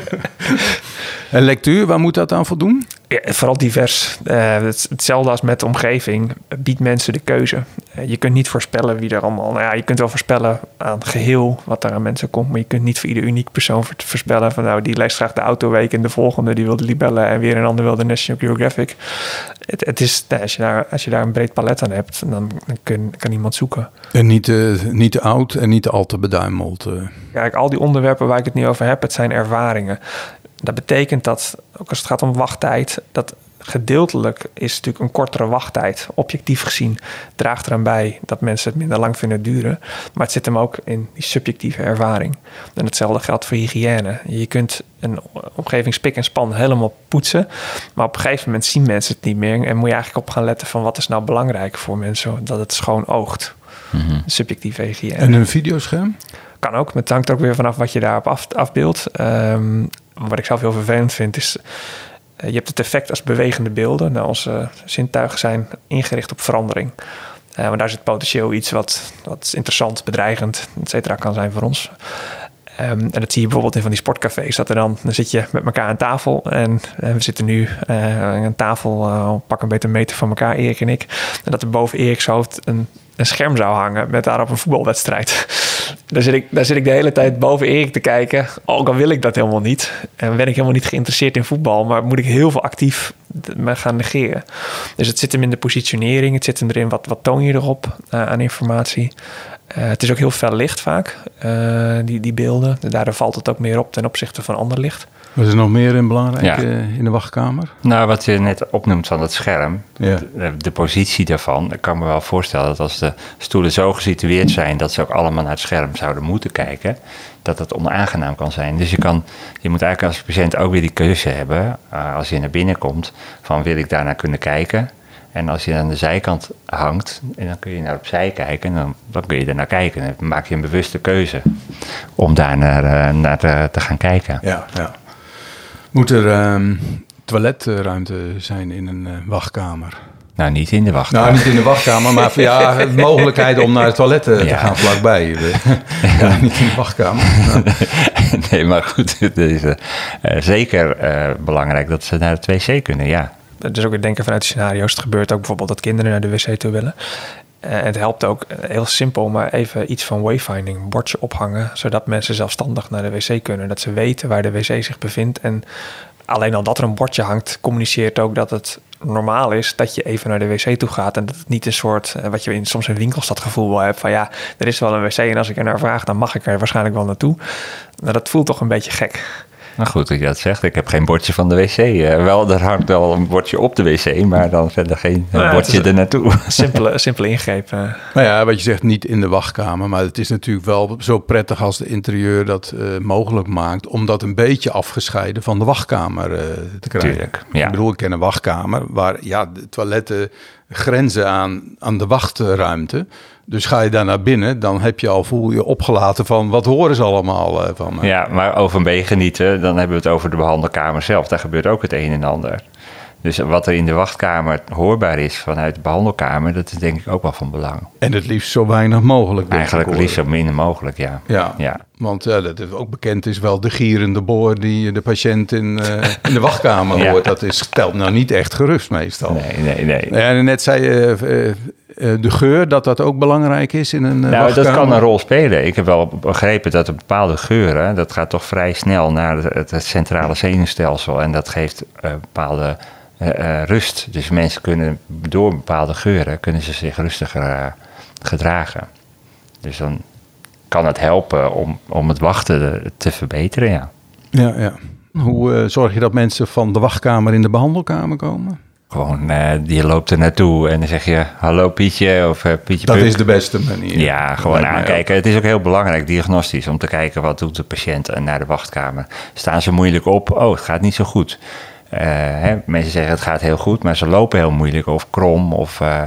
Speaker 3: En lectuur, waar moet dat aan voldoen?
Speaker 1: Ja, vooral divers. Uh, het, hetzelfde als met de omgeving. Biedt mensen de keuze. Uh, je kunt niet voorspellen wie er allemaal... Nou ja, je kunt wel voorspellen aan het geheel wat er aan mensen komt. Maar je kunt niet voor ieder uniek persoon voorspellen van... nou, die leest graag de Autoweek en de volgende die wil de Libellen... en weer een ander wil de National Geographic. Het, het is, nou, als, je daar, als je daar een breed palet aan hebt... dan, dan kun, kan iemand zoeken.
Speaker 3: En niet, uh, niet te oud en niet te al te beduimeld. Uh.
Speaker 1: Kijk, al die onderwerpen waar ik het nu over heb... het zijn ervaringen. Dat betekent dat, ook als het gaat om wachttijd... dat gedeeltelijk is natuurlijk een kortere wachttijd. Objectief gezien draagt eraan bij dat mensen het minder lang vinden duren. Maar het zit hem ook in die subjectieve ervaring. En hetzelfde geldt voor hygiëne. Je kunt een omgeving spik en span helemaal poetsen. Maar op een gegeven moment zien mensen het niet meer. En moet je eigenlijk op gaan letten van wat is nou belangrijk voor mensen. Dat het schoon oogt. Mm-hmm. Subjectieve hygiëne.
Speaker 3: En een videoscherm?
Speaker 1: Kan ook. Het hangt ook weer vanaf wat je daarop af, afbeeldt. Um, wat ik zelf heel vervelend vind is... Uh, je hebt het effect als bewegende beelden. Nou, onze zintuigen zijn ingericht op verandering. Uh, maar daar zit potentieel iets wat, wat interessant, bedreigend, et cetera, kan zijn voor ons. Um, en dat zie je bijvoorbeeld in van die sportcafés. Dat er dan, dan zit je met elkaar aan tafel. En, en we zitten nu uh, aan tafel, uh, pak een beetje een meter van elkaar, Erik en ik. En dat er boven Eriks hoofd een, een scherm zou hangen met daarop een voetbalwedstrijd. Daar zit, ik, daar zit ik de hele tijd boven Erik te kijken. Ook al wil ik dat helemaal niet. En ben ik helemaal niet geïnteresseerd in voetbal. Maar moet ik heel veel actief me gaan negeren. Dus het zit hem in de positionering. Het zit hem erin, wat, wat toon je erop uh, aan informatie. Uh, het is ook heel fel licht vaak, uh, die, die beelden. Daardoor valt het ook meer op ten opzichte van ander licht.
Speaker 3: Wat is er nog meer in belangrijk ja. uh, in de wachtkamer?
Speaker 4: Nou, wat je net opnoemt van het scherm, ja. de, de positie daarvan. Ik kan me wel voorstellen dat als de stoelen zo gesitueerd zijn... dat ze ook allemaal naar het scherm zouden moeten kijken... dat het onaangenaam kan zijn. Dus je, kan, je moet eigenlijk als patiënt ook weer die keuze hebben... Uh, als je naar binnen komt, van wil ik daarnaar kunnen kijken... En als je aan de zijkant hangt, en dan kun je naar opzij kijken... en dan, dan kun je er naar kijken. Dan maak je een bewuste keuze om daar naar, uh, naar te, te gaan kijken.
Speaker 3: Ja, ja. Moet er um, toiletruimte zijn in een uh, wachtkamer?
Speaker 4: Nou, niet in de wachtkamer.
Speaker 3: Nou, niet in de wachtkamer, maar ja, de mogelijkheid om naar het toilet uh, ja. te gaan vlakbij. Ja, niet in de wachtkamer. Nou.
Speaker 4: Nee, maar goed, het is uh, zeker uh, belangrijk dat ze naar het wc kunnen, ja.
Speaker 1: Het is ook het denken vanuit scenario's. Het gebeurt ook bijvoorbeeld dat kinderen naar de wc toe willen. Uh, het helpt ook uh, heel simpel, maar even iets van wayfinding. Een bordje ophangen, zodat mensen zelfstandig naar de wc kunnen. Dat ze weten waar de wc zich bevindt. En alleen al dat er een bordje hangt, communiceert ook dat het normaal is dat je even naar de wc toe gaat. En dat het niet een soort, uh, wat je in soms een winkelstadgevoel wel hebt. Van ja, er is wel een wc en als ik er naar vraag, dan mag ik er waarschijnlijk wel naartoe. Nou, dat voelt toch een beetje gek.
Speaker 4: Nou goed dat je dat zegt. Ik heb geen bordje van de wc. Uh, wel, er hangt wel een bordje op de wc, maar dan verder geen uh, bordje er naartoe.
Speaker 1: Simpele, simpele ingreep. Uh.
Speaker 3: Nou ja, wat je zegt, niet in de wachtkamer. Maar het is natuurlijk wel zo prettig als de interieur dat uh, mogelijk maakt... om dat een beetje afgescheiden van de wachtkamer uh, te krijgen.
Speaker 4: Tuurlijk, ja.
Speaker 3: Ik bedoel, ik ken een wachtkamer waar ja, de toiletten grenzen aan, aan de wachtruimte... Dus ga je daar naar binnen, dan heb je al, voel je opgelaten van wat horen ze allemaal uh, van. Uh.
Speaker 4: Ja, maar over een B genieten, dan hebben we het over de behandelkamer zelf. Daar gebeurt ook het een en ander. Dus wat er in de wachtkamer hoorbaar is vanuit de behandelkamer, dat is denk ik ook wel van belang.
Speaker 3: En het liefst zo weinig mogelijk.
Speaker 4: Eigenlijk het liefst zo min mogelijk, ja.
Speaker 3: Ja, ja. Want uh, dat is ook bekend is wel de gierende boor die de patiënt in, uh, in de wachtkamer ja. hoort. Dat is, stelt nou niet echt gerust meestal.
Speaker 4: Nee, nee, nee.
Speaker 3: Ja, en net zei je... Uh, uh, de geur, dat dat ook belangrijk is in een uh,
Speaker 4: nou,
Speaker 3: wachtkamer?
Speaker 4: Dat kan een rol spelen. Ik heb wel begrepen dat een bepaalde geuren... dat gaat toch vrij snel naar het, het centrale zenuwstelsel... en dat geeft uh, bepaalde uh, uh, rust. Dus mensen kunnen door bepaalde geuren kunnen ze zich rustiger uh, gedragen. Dus dan kan het helpen om, om het wachten te verbeteren, ja.
Speaker 3: Ja, ja. Hoe uh, zorg je dat mensen van de wachtkamer in de behandelkamer komen?
Speaker 4: Gewoon, uh, je loopt er naartoe en dan zeg je, hallo Pietje of uh, Pietje
Speaker 3: Dat
Speaker 4: Puk.
Speaker 3: is de beste manier.
Speaker 4: Ja, gewoon aankijken. Het is ook heel belangrijk, diagnostisch, om te kijken wat doet de patiënt naar de wachtkamer. Staan ze moeilijk op? Oh, het gaat niet zo goed. Uh, hè, mensen zeggen het gaat heel goed, maar ze lopen heel moeilijk of krom of, uh,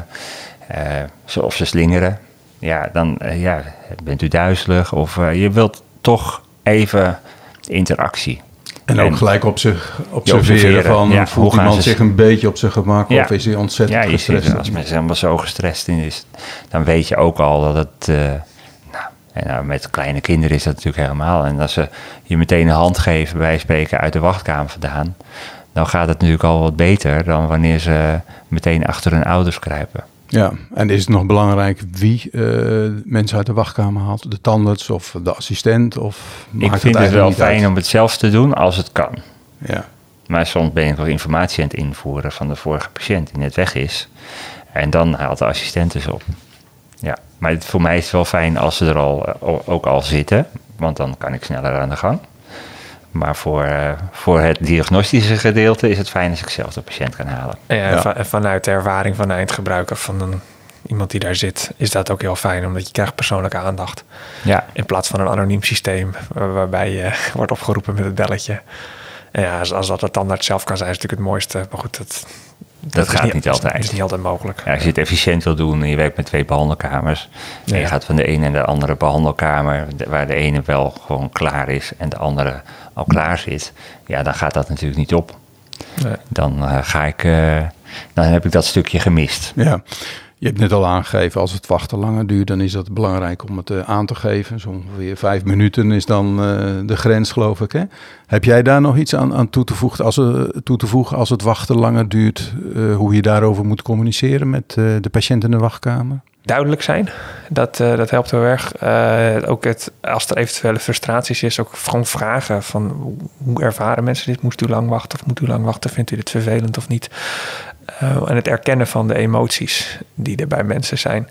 Speaker 4: uh, of ze slingeren. Ja, dan uh, ja, bent u duizelig of uh, je wilt toch even interactie.
Speaker 3: En ook en gelijk op zich observeren van, ja, voelt iemand ze... zich een beetje op zijn gemak ja. of is hij ontzettend ja, gestrest?
Speaker 4: Ziet, als mensen helemaal zo gestrest is, dan weet je ook al dat het... Uh, nou, en nou, met kleine kinderen is dat natuurlijk helemaal. En als ze je meteen een hand geven, bij spreken uit de wachtkamer vandaan, dan gaat het natuurlijk al wat beter dan wanneer ze meteen achter hun ouders kruipen.
Speaker 3: Ja, en is het nog belangrijk wie uh, mensen uit de wachtkamer haalt? De tandarts of de assistent? Of
Speaker 4: ik vind het, het wel fijn uit? om het zelf te doen als het kan.
Speaker 3: Ja.
Speaker 4: Maar soms ben ik nog informatie aan het invoeren van de vorige patiënt die net weg is. En dan haalt de assistent dus op. Ja, maar het, voor mij is het wel fijn als ze er al, ook al zitten. Want dan kan ik sneller aan de gang. Maar voor, uh, voor het diagnostische gedeelte is het fijn als ik zelf de patiënt kan halen.
Speaker 1: Ja, ja. Van, vanuit de ervaring van de eindgebruiker, van een, iemand die daar zit, is dat ook heel fijn. Omdat je krijgt persoonlijke aandacht.
Speaker 4: Ja.
Speaker 1: In plaats van een anoniem systeem waar, waarbij je wordt opgeroepen met het belletje. En ja, als, als dat de tandarts zelf kan zijn, is natuurlijk het mooiste. Maar goed, dat,
Speaker 4: dat, dat gaat niet, niet altijd.
Speaker 1: Dat is niet altijd mogelijk.
Speaker 4: Ja, als je het efficiënt wil doen en je werkt met twee behandelkamers. En ja. je gaat van de ene en de andere behandelkamer, waar de ene wel gewoon klaar is en de andere al klaar zit. Ja, dan gaat dat natuurlijk niet op. Nee. Dan uh, ga ik, uh, dan heb ik dat stukje gemist.
Speaker 3: Ja. Je hebt net al aangegeven, als het wachten langer duurt, dan is het belangrijk om het uh, aan te geven. Zo ongeveer vijf minuten is dan uh, de grens, geloof ik. Hè? Heb jij daar nog iets aan, aan toe, te voegen, als, uh, toe te voegen als het wachten langer duurt? Uh, hoe je daarover moet communiceren met uh, de patiënt in de wachtkamer?
Speaker 1: Duidelijk zijn, dat, uh, dat helpt heel erg. Uh, ook het, als er eventuele frustraties is, ook gewoon vragen van hoe ervaren mensen dit? Moet u lang wachten of moet u lang wachten? Vindt u dit vervelend of niet? Uh, en het erkennen van de emoties die er bij mensen zijn.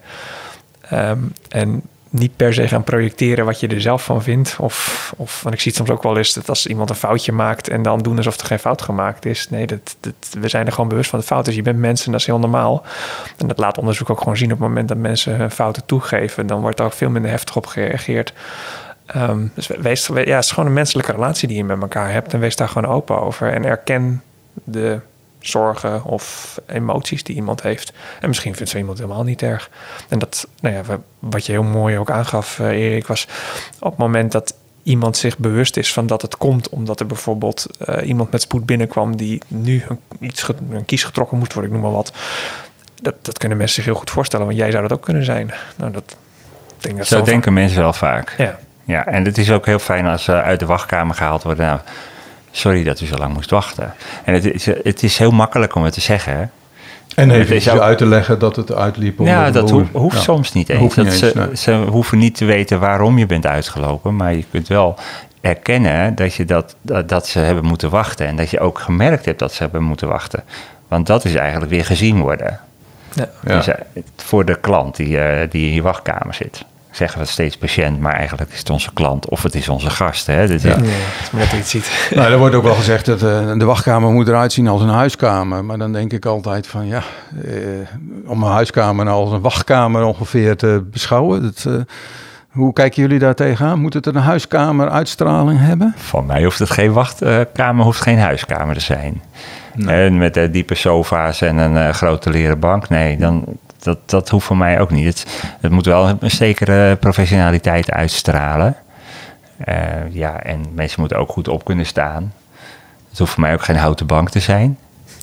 Speaker 1: Um, en niet per se gaan projecteren wat je er zelf van vindt. Of, of, want ik zie het soms ook wel eens dat als iemand een foutje maakt en dan doen alsof er geen fout gemaakt is. Nee, dat, dat, we zijn er gewoon bewust van de fout. Dus je bent mensen en dat is heel normaal. En dat laat onderzoek ook gewoon zien op het moment dat mensen hun fouten toegeven. Dan wordt er ook veel minder heftig op gereageerd. Um, dus wees, ja, het is gewoon een menselijke relatie die je met elkaar hebt. En wees daar gewoon open over. En erken de zorgen of emoties die iemand heeft. En misschien vindt zo iemand helemaal niet erg. En dat, nou ja, wat je heel mooi ook aangaf, uh, Erik, was op het moment dat iemand zich bewust is van dat het komt omdat er bijvoorbeeld uh, iemand met spoed binnenkwam die nu een, iets ge, een kies getrokken moest worden, ik noem maar wat. Dat, dat kunnen mensen zich heel goed voorstellen, want jij zou dat ook kunnen zijn. Nou, dat, denk dat
Speaker 4: zo denken van mensen wel vaak.
Speaker 1: Ja.
Speaker 4: Ja, en het is ook heel fijn als ze uit de wachtkamer gehaald worden. Nou, sorry dat u zo lang moest wachten. En het is, het is heel makkelijk om het te zeggen. Hè?
Speaker 3: En even ook uit te leggen dat het uitliep.
Speaker 4: Ja, dat ho- hoeft ja. soms niet eens.
Speaker 3: Hoeft niet
Speaker 4: dat
Speaker 3: eens
Speaker 4: ze,
Speaker 3: nee.
Speaker 4: ze hoeven niet te weten waarom je bent uitgelopen. Maar je kunt wel erkennen dat, je dat, dat, dat ze hebben moeten wachten. En dat je ook gemerkt hebt dat ze hebben moeten wachten. Want dat is eigenlijk weer gezien worden. Ja. Dus, ja. Voor de klant die, uh, die in je wachtkamer zit. Zeggen we steeds patiënt, maar eigenlijk is het onze klant of het is onze gast. Hè? Dit,
Speaker 1: ja, ja, dat je het ziet.
Speaker 3: Nou, er wordt ook wel gezegd dat uh, de wachtkamer moet eruit zien als een huiskamer. Maar dan denk ik altijd van ja, uh, om een huiskamer nou als een wachtkamer ongeveer te beschouwen. Dat, uh, hoe kijken jullie daar tegenaan? Moet het een huiskamer uitstraling hebben?
Speaker 4: Van mij hoeft het geen wachtkamer, hoeft geen huiskamer te zijn. Nee. En met uh, diepe sofa's en een uh, grote leren bank. Nee, dan... Dat, dat hoeft voor mij ook niet. Het, het moet wel een zekere professionaliteit uitstralen. Uh, ja, en mensen moeten ook goed op kunnen staan. Het hoeft voor mij ook geen houten bank te zijn.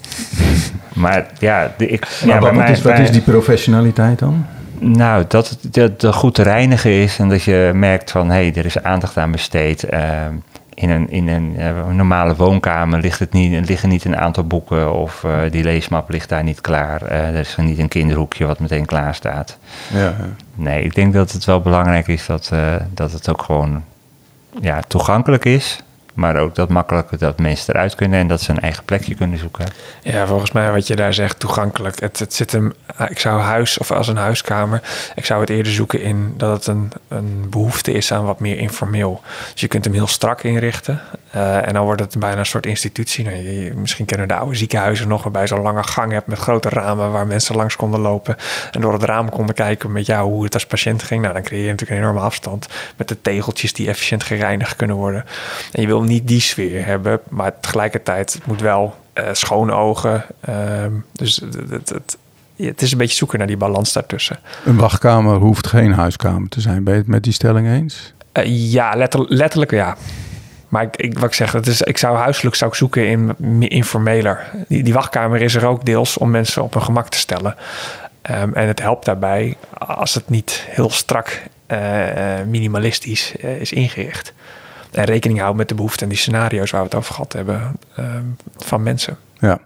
Speaker 4: Maar ja, de, ik,
Speaker 3: maar
Speaker 4: ja
Speaker 3: wat,
Speaker 4: mij,
Speaker 3: is, wat is die professionaliteit dan?
Speaker 4: Nou, dat het dat, dat goed te reinigen is en dat je merkt van hé, hey, er is aandacht aan besteed. Uh, In een, in een uh, normale woonkamer ligt het niet, liggen niet een aantal boeken of uh, die leesmap ligt daar niet klaar. Uh, er is niet een kinderhoekje wat meteen klaar staat.
Speaker 3: Ja, ja.
Speaker 4: Nee, ik denk dat het wel belangrijk is dat, uh, dat het ook gewoon ja, toegankelijk is. Maar ook dat makkelijker dat mensen eruit kunnen en dat ze een eigen plekje kunnen zoeken.
Speaker 1: Ja, volgens mij wat je daar zegt, toegankelijk. Het, het zit hem, ik zou huis of als een huiskamer, ik zou het eerder zoeken in dat het een, een behoefte is aan wat meer informeel. Dus je kunt hem heel strak inrichten. Uh, en dan wordt het bijna een soort institutie. Nou, je, misschien kennen we de oude ziekenhuizen nog, waarbij je zo'n lange gang hebt met grote ramen waar mensen langs konden lopen en door het raam konden kijken met jou hoe het als patiënt ging. Nou, dan creëer je natuurlijk een enorme afstand met de tegeltjes die efficiënt gereinigd kunnen worden. En je wil niet die sfeer hebben, maar tegelijkertijd het moet wel uh, schone ogen. Uh, dus het, het, het, het is een beetje zoeken naar die balans daartussen.
Speaker 3: Een wachtkamer hoeft geen huiskamer te zijn. Ben je het met die stelling eens?
Speaker 1: Uh, ja, letter, letterlijk ja. Maar ik, ik, wat ik zeg, het is, ik zou huiselijk zou ik zoeken in meer informeler. Die, die wachtkamer is er ook deels om mensen op hun gemak te stellen. Um, en het helpt daarbij als het niet heel strak uh, minimalistisch uh, is ingericht. En rekening houden met de behoeften en die scenario's waar we het over gehad hebben uh, van mensen.
Speaker 3: Ja.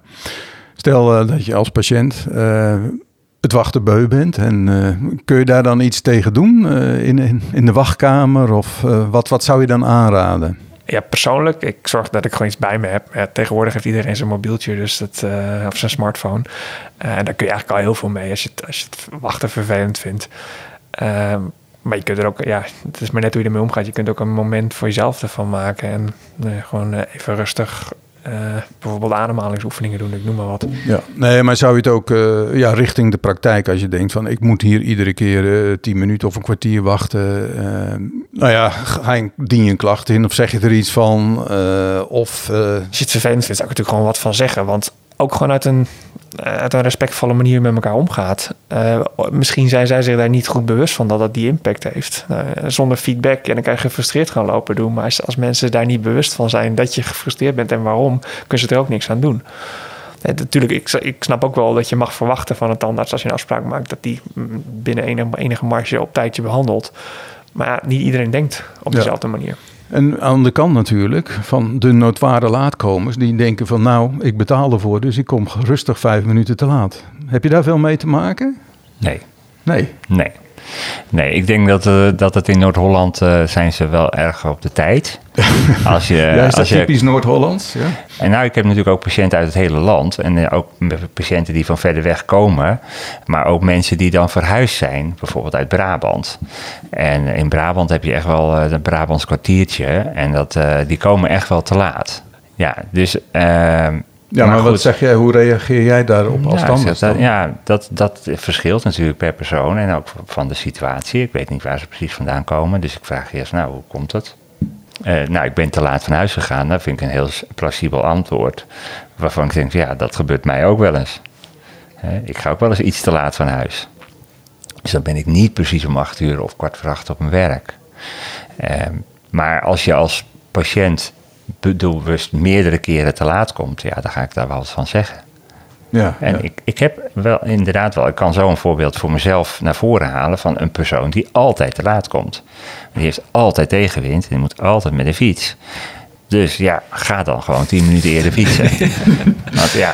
Speaker 3: Stel uh, dat je als patiënt uh, het wachten beu bent. En uh, kun je daar dan iets tegen doen uh, in, in, in de wachtkamer? Of uh, wat, wat zou je dan aanraden?
Speaker 1: Ja, persoonlijk, ik zorg dat ik gewoon iets bij me heb. Ja, tegenwoordig heeft iedereen zijn mobieltje, dus dat, uh, of zijn smartphone. Uh, en daar kun je eigenlijk al heel veel mee als je het, als je het wachten vervelend vindt. Uh, maar je kunt er ook, ja, het is maar net hoe je ermee omgaat. Je kunt ook een moment voor jezelf ervan maken. En uh, gewoon uh, even rustig uh, bijvoorbeeld ademhalingsoefeningen doen, ik noem maar wat. Ja,
Speaker 3: nee, maar zou je het ook uh, ja, richting de praktijk, als je denkt van ik moet hier iedere keer uh, tien minuten of een kwartier wachten. Uh, nou ja, ga je, dien je een klacht in of zeg je er iets van? Uh, of, uh...
Speaker 1: Als je het vervelend vindt, zou ik natuurlijk gewoon wat van zeggen. Want ook gewoon uit een, uit een respectvolle manier met elkaar omgaat. Uh, misschien zijn zij zich daar niet goed bewust van dat dat die impact heeft. Uh, zonder feedback en dan kan je gefrustreerd gaan lopen doen. Maar als, als mensen daar niet bewust van zijn dat je gefrustreerd bent en waarom, kunnen ze er ook niks aan doen. En natuurlijk, ik, ik snap ook wel dat je mag verwachten van een tandarts als je een afspraak maakt dat die binnen enige, enige marge op tijd je behandelt. Maar ja, niet iedereen denkt op dezelfde ja. manier.
Speaker 3: En aan de kant natuurlijk van de notoire laatkomers die denken van nou, ik betaal ervoor, dus ik kom rustig vijf minuten te laat. Heb je daar veel mee te maken?
Speaker 4: Nee.
Speaker 3: Nee?
Speaker 4: Nee. Nee, ik denk dat, uh, dat het in Noord-Holland uh, zijn ze wel erg op de tijd. Als je,
Speaker 3: ja, is dat
Speaker 4: als je,
Speaker 3: typisch Noord-Hollands? Ja.
Speaker 4: En nou, ik heb natuurlijk ook patiënten uit het hele land. En uh, ook patiënten die van verder weg komen. Maar ook mensen die dan verhuisd zijn. Bijvoorbeeld uit Brabant. En in Brabant heb je echt wel uh, een Brabants kwartiertje. En dat, uh, die komen echt wel te laat. Ja, dus... Uh,
Speaker 3: Ja, maar, maar wat zeg jij, hoe reageer jij daarop als
Speaker 4: ja,
Speaker 3: tandarts?
Speaker 4: Dat, ja, dat, dat verschilt natuurlijk per persoon en ook van de situatie. Ik weet niet waar ze precies vandaan komen, dus ik vraag eerst, nou, hoe komt het? Uh, nou, ik ben te laat van huis gegaan, dat vind ik een heel plausibel antwoord. Waarvan ik denk, ja, dat gebeurt mij ook wel eens. Uh, ik ga ook wel eens iets te laat van huis. Dus dan ben ik niet precies om acht uur of kwart voor acht op mijn werk. Uh, maar als je als patiënt bedoelbewust meerdere keren te laat komt, ja, dan ga ik daar wel wat van zeggen. Ja, en ja. Ik, ik heb wel inderdaad wel, ik kan zo een voorbeeld voor mezelf naar voren halen van een persoon die altijd te laat komt. Die heeft altijd tegenwind en die moet altijd met de fiets. Dus ja, ga dan gewoon tien minuten eerder fietsen. Want ja.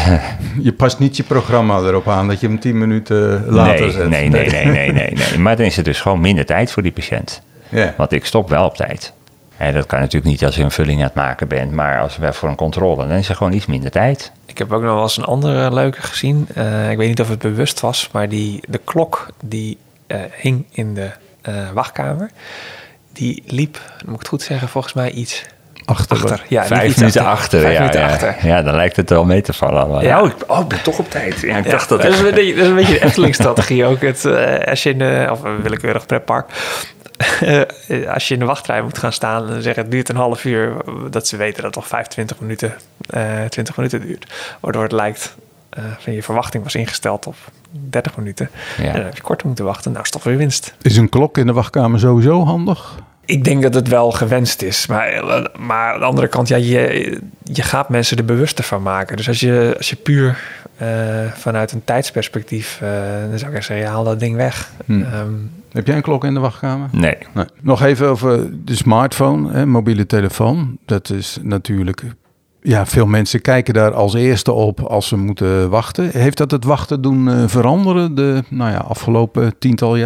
Speaker 3: Je past niet je programma erop aan dat je hem tien minuten later
Speaker 4: nee,
Speaker 3: zet.
Speaker 4: Nee, nee, nee, nee, nee, nee. Maar dan is het dus gewoon minder tijd voor die patiënt. Ja. Want ik stop wel op tijd. En dat kan natuurlijk niet als je een vulling aan het maken bent, maar als we voor een controle, dan is er gewoon iets minder tijd.
Speaker 1: Ik heb ook nog wel eens een andere leuke gezien. Uh, ik weet niet of het bewust was, maar die, de klok die uh, hing in de uh, wachtkamer, die liep, moet ik het goed zeggen, volgens mij iets
Speaker 3: achter.
Speaker 1: achter. Ja,
Speaker 4: Vijf minuten achter. achter.
Speaker 1: Vijf
Speaker 4: ja,
Speaker 1: minuten
Speaker 4: ja.
Speaker 1: achter.
Speaker 4: Ja, dan lijkt het wel mee te vallen. Maar
Speaker 1: ja.
Speaker 4: oh, ik, oh, ik ben toch op tijd. Ja, ik
Speaker 1: ja,
Speaker 4: dacht dat,
Speaker 1: dat,
Speaker 4: ik...
Speaker 1: is een beetje, dat is een beetje de Efteling-strategie ook. Het, uh, als je in een, of een willekeurig pretpark, Uh, als je in de wachtrij moet gaan staan en zeggen het duurt een half uur, dat ze weten dat het toch vijfentwintig minuten, uh, twintig minuten duurt. Waardoor het lijkt, uh, van je verwachting was ingesteld op dertig minuten. Ja. En dan heb je korter moeten wachten. Nou, is toch weer winst.
Speaker 3: Is een klok in de wachtkamer sowieso handig?
Speaker 1: Ik denk dat het wel gewenst is. Maar, maar aan de andere kant, ja, je, je gaat mensen er bewuster van maken. Dus als je, als je puur uh, vanuit een tijdsperspectief, uh, dan zou ik zeggen, ja, haal dat ding weg.
Speaker 3: Hmm. Um, Heb jij een klok in de wachtkamer?
Speaker 4: Nee.
Speaker 3: nee. Nog even over de smartphone, hè, mobiele telefoon. Dat is natuurlijk... Ja, veel mensen kijken daar als eerste op als ze moeten wachten. Heeft dat het wachten doen uh, veranderen de nou ja, afgelopen tiental jaar?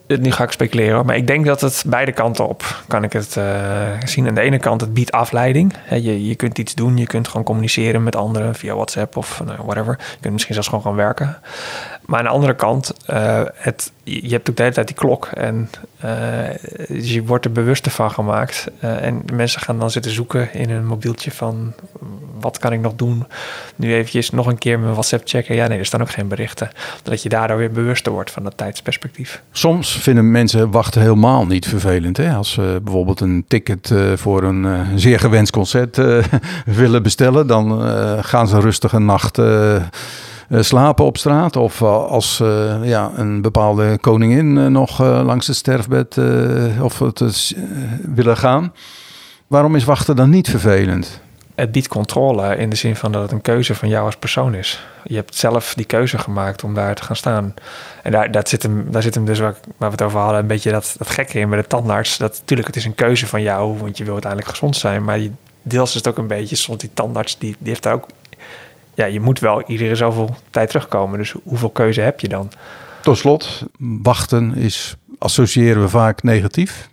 Speaker 1: Nu ga ik speculeren, hoor. Maar ik denk dat het beide kanten op kan ik het uh, zien. Aan de ene kant, het biedt afleiding. He, je, je kunt iets doen, je kunt gewoon communiceren met anderen via WhatsApp of uh, whatever. Je kunt misschien zelfs gewoon gaan werken. Maar aan de andere kant, uh, het, je hebt ook de hele tijd die klok. En uh, dus je wordt er bewuster van gemaakt. Uh, en mensen gaan dan zitten zoeken in hun mobieltje van... wat kan ik nog doen? Nu eventjes nog een keer mijn WhatsApp checken. Ja, nee, er staan ook geen berichten. Dat je daardoor weer bewuster wordt van dat tijdsperspectief.
Speaker 3: Soms vinden mensen wachten helemaal niet vervelend. Hè? Als ze bijvoorbeeld een ticket uh, voor een uh, zeer gewenst concert uh, willen bestellen... dan uh, gaan ze rustig een nacht... Uh, Uh, slapen op straat of uh, als uh, ja, een bepaalde koningin uh, nog uh, langs het sterfbed uh, of het uh, willen gaan. Waarom is wachten dan niet vervelend?
Speaker 1: Het biedt controle in de zin van dat het een keuze van jou als persoon is. Je hebt zelf die keuze gemaakt om daar te gaan staan. En daar, dat zit hem, daar zit hem dus waar, waar we het over hadden, een beetje dat, dat gekke in bij de tandarts. Dat natuurlijk, het is een keuze van jou, want je wil uiteindelijk gezond zijn. Maar je, deels is het ook een beetje, soms die tandarts, die, die heeft daar ook... Ja, je moet wel iedere zoveel tijd terugkomen. Dus hoeveel keuze heb je dan?
Speaker 3: Tot slot, wachten is, associëren we vaak negatief.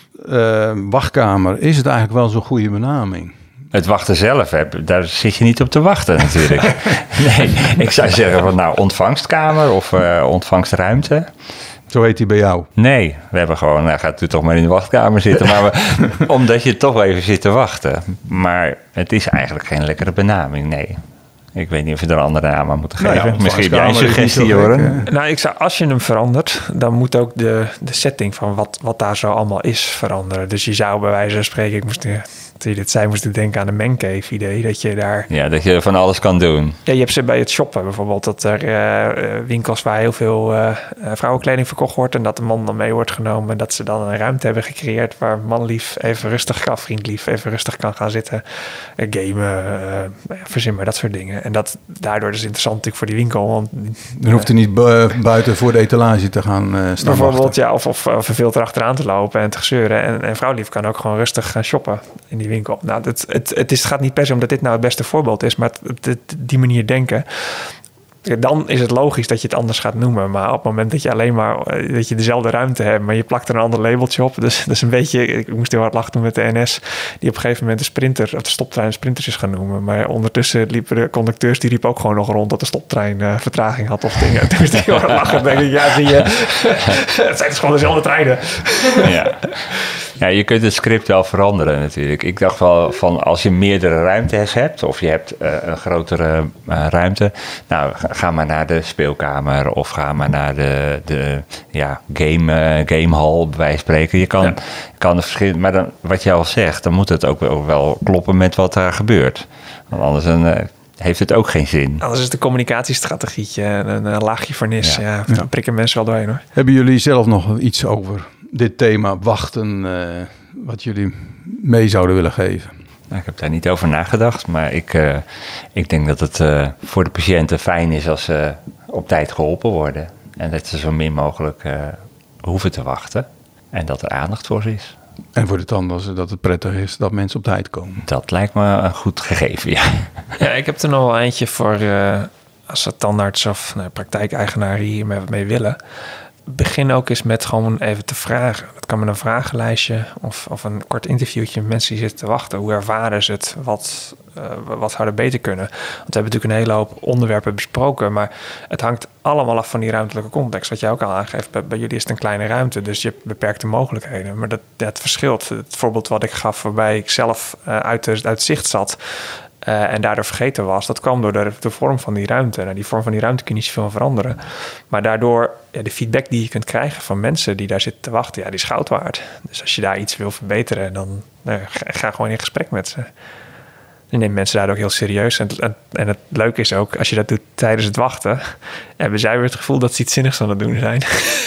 Speaker 3: Uh, wachtkamer, is het eigenlijk wel zo'n goede benaming?
Speaker 4: Het wachten zelf, heb, daar zit je niet op te wachten natuurlijk. Nee, ik zou zeggen van nou ontvangstkamer of uh, ontvangstruimte.
Speaker 3: Zo heet hij bij jou?
Speaker 4: Nee, we hebben gewoon, nou gaat u toch maar in de wachtkamer zitten. Maar we, omdat je toch even zit te wachten. Maar het is eigenlijk geen lekkere benaming, nee. Ik weet niet of je er een andere naam aan moet geven. Nou ja, misschien heb jij een suggestie, Joren.
Speaker 1: Nou, ik zou, als je hem verandert, dan moet ook de, de setting van wat, wat daar zo allemaal is veranderen. Dus je zou bij wijze van spreken, ik moest, toen je dit zei, moest ik denken aan een mancave idee. Dat je daar...
Speaker 4: Ja, dat je van alles kan doen.
Speaker 1: Ja, je hebt ze bij het shoppen bijvoorbeeld. Dat er uh, winkels waar heel veel uh, vrouwenkleding verkocht wordt en dat de man dan mee wordt genomen. Dat ze dan een ruimte hebben gecreëerd waar manlief even rustig kan, vriendlief even rustig kan gaan zitten. Uh, gamen, uh, verzin maar, dat soort dingen. En dat daardoor is interessant natuurlijk voor die winkel. Want,
Speaker 3: dan hoeft hij niet bu- buiten voor de etalage te gaan uh, staan
Speaker 1: bijvoorbeeld,
Speaker 3: wachten.
Speaker 1: Ja, of, of, of veel erachteraan te lopen en te gezeuren. En, en vrouwlief kan ook gewoon rustig gaan shoppen in die winkel. Nou, het, het, het, is, het gaat niet per se omdat dit nou het beste voorbeeld is, maar het, het, die manier denken... Dan is het logisch dat je het anders gaat noemen. Maar op het moment dat je alleen maar dat je dezelfde ruimte hebt, maar je plakt er een ander labeltje op. Dus dat is een beetje. Ik moest heel hard lachen met de N S, die op een gegeven moment de sprinter of de stoptrein sprinters is gaan noemen. Maar ondertussen liepen de conducteurs, die riepen ook gewoon nog rond dat de stoptrein uh, vertraging had of dingen. Toen moest ik heel hard lachen. Denk ik, ja, zie je, het zijn dus gewoon dezelfde treinen.
Speaker 4: Ja. Ja, je kunt het script wel veranderen natuurlijk. Ik dacht wel van als je meerdere ruimtes hebt of je hebt uh, een grotere uh, ruimte, nou ga maar naar de speelkamer of ga maar naar de, de ja, game, uh, gamehall bij wijze van spreken. Je kan, ja. kan de verschillen, maar dan, wat jij al zegt, dan moet het ook wel, wel kloppen met wat daar gebeurt. Want anders een, uh, heeft het ook geen zin.
Speaker 1: Anders is de communicatiestrategietje een, een laagje vernis. Ja. Ja, dan prikken mensen wel doorheen, hoor.
Speaker 3: Hebben jullie zelf nog iets over dit thema wachten, uh, wat jullie mee zouden willen geven?
Speaker 4: Nou, ik heb daar niet over nagedacht, maar ik, uh, ik denk dat het uh, voor de patiënten fijn is als ze op tijd geholpen worden. En dat ze zo min mogelijk uh, hoeven te wachten en dat er aandacht voor ze is.
Speaker 3: En voor de tandartsen dat het prettig is dat mensen op tijd komen.
Speaker 4: Dat lijkt me een goed gegeven, ja.
Speaker 1: Ja, ik heb er nog wel eentje voor uh, als de tandarts of nou, praktijkeigenaren hiermee mee willen. Begin ook eens met gewoon even te vragen. Dat kan met een vragenlijstje of, of een kort interviewtje met mensen die zitten te wachten. Hoe ervaren ze het? Wat, uh, wat zou er beter kunnen? Want we hebben natuurlijk een hele hoop onderwerpen besproken, maar het hangt allemaal af van die ruimtelijke context. Wat jij ook al aangeeft, bij, bij jullie is het een kleine ruimte, dus je hebt beperkte mogelijkheden. Maar dat, dat verschilt. Het voorbeeld wat ik gaf waarbij ik zelf uh, uit, de, uit zicht zat, Uh, en daardoor vergeten was, dat kwam door de, de vorm van die ruimte. Nou, die vorm van die ruimte kun je niet zoveel veranderen. Maar daardoor, ja, de feedback die je kunt krijgen van mensen die daar zitten te wachten, ja, die is goud waard. Dus als je daar iets wil verbeteren, dan nou, ga, ga gewoon in gesprek met ze. Je neemt mensen daar ook heel serieus. En, en, en het leuke is ook, als je dat doet tijdens het wachten, hebben zij weer het gevoel dat ze iets zinnigs aan het doen zijn.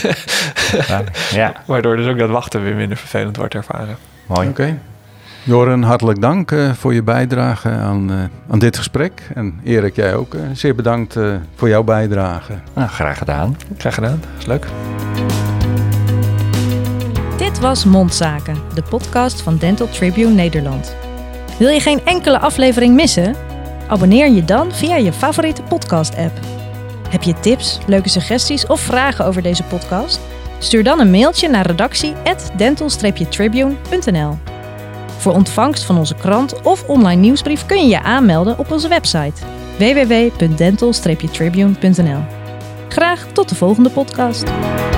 Speaker 1: Ja, ja. Waardoor dus ook dat wachten weer minder vervelend wordt ervaren.
Speaker 4: Mooi.
Speaker 3: Oké. Okay. Joren, hartelijk dank uh, voor je bijdrage aan, uh, aan dit gesprek. En Erik, jij ook. Uh, zeer bedankt uh, voor jouw bijdrage.
Speaker 4: Nou, graag gedaan.
Speaker 1: Graag gedaan. Dat is leuk.
Speaker 2: Dit was Mondzaken, de podcast van Dental Tribune Nederland. Wil je geen enkele aflevering missen? Abonneer je dan via je favoriete podcast-app. Heb je tips, leuke suggesties of vragen over deze podcast? Stuur dan een mailtje naar redactie at dental tribune punt n l. Voor ontvangst van onze krant of online nieuwsbrief kun je je aanmelden op onze website w w w punt dental tribune punt n l. Graag tot de volgende podcast.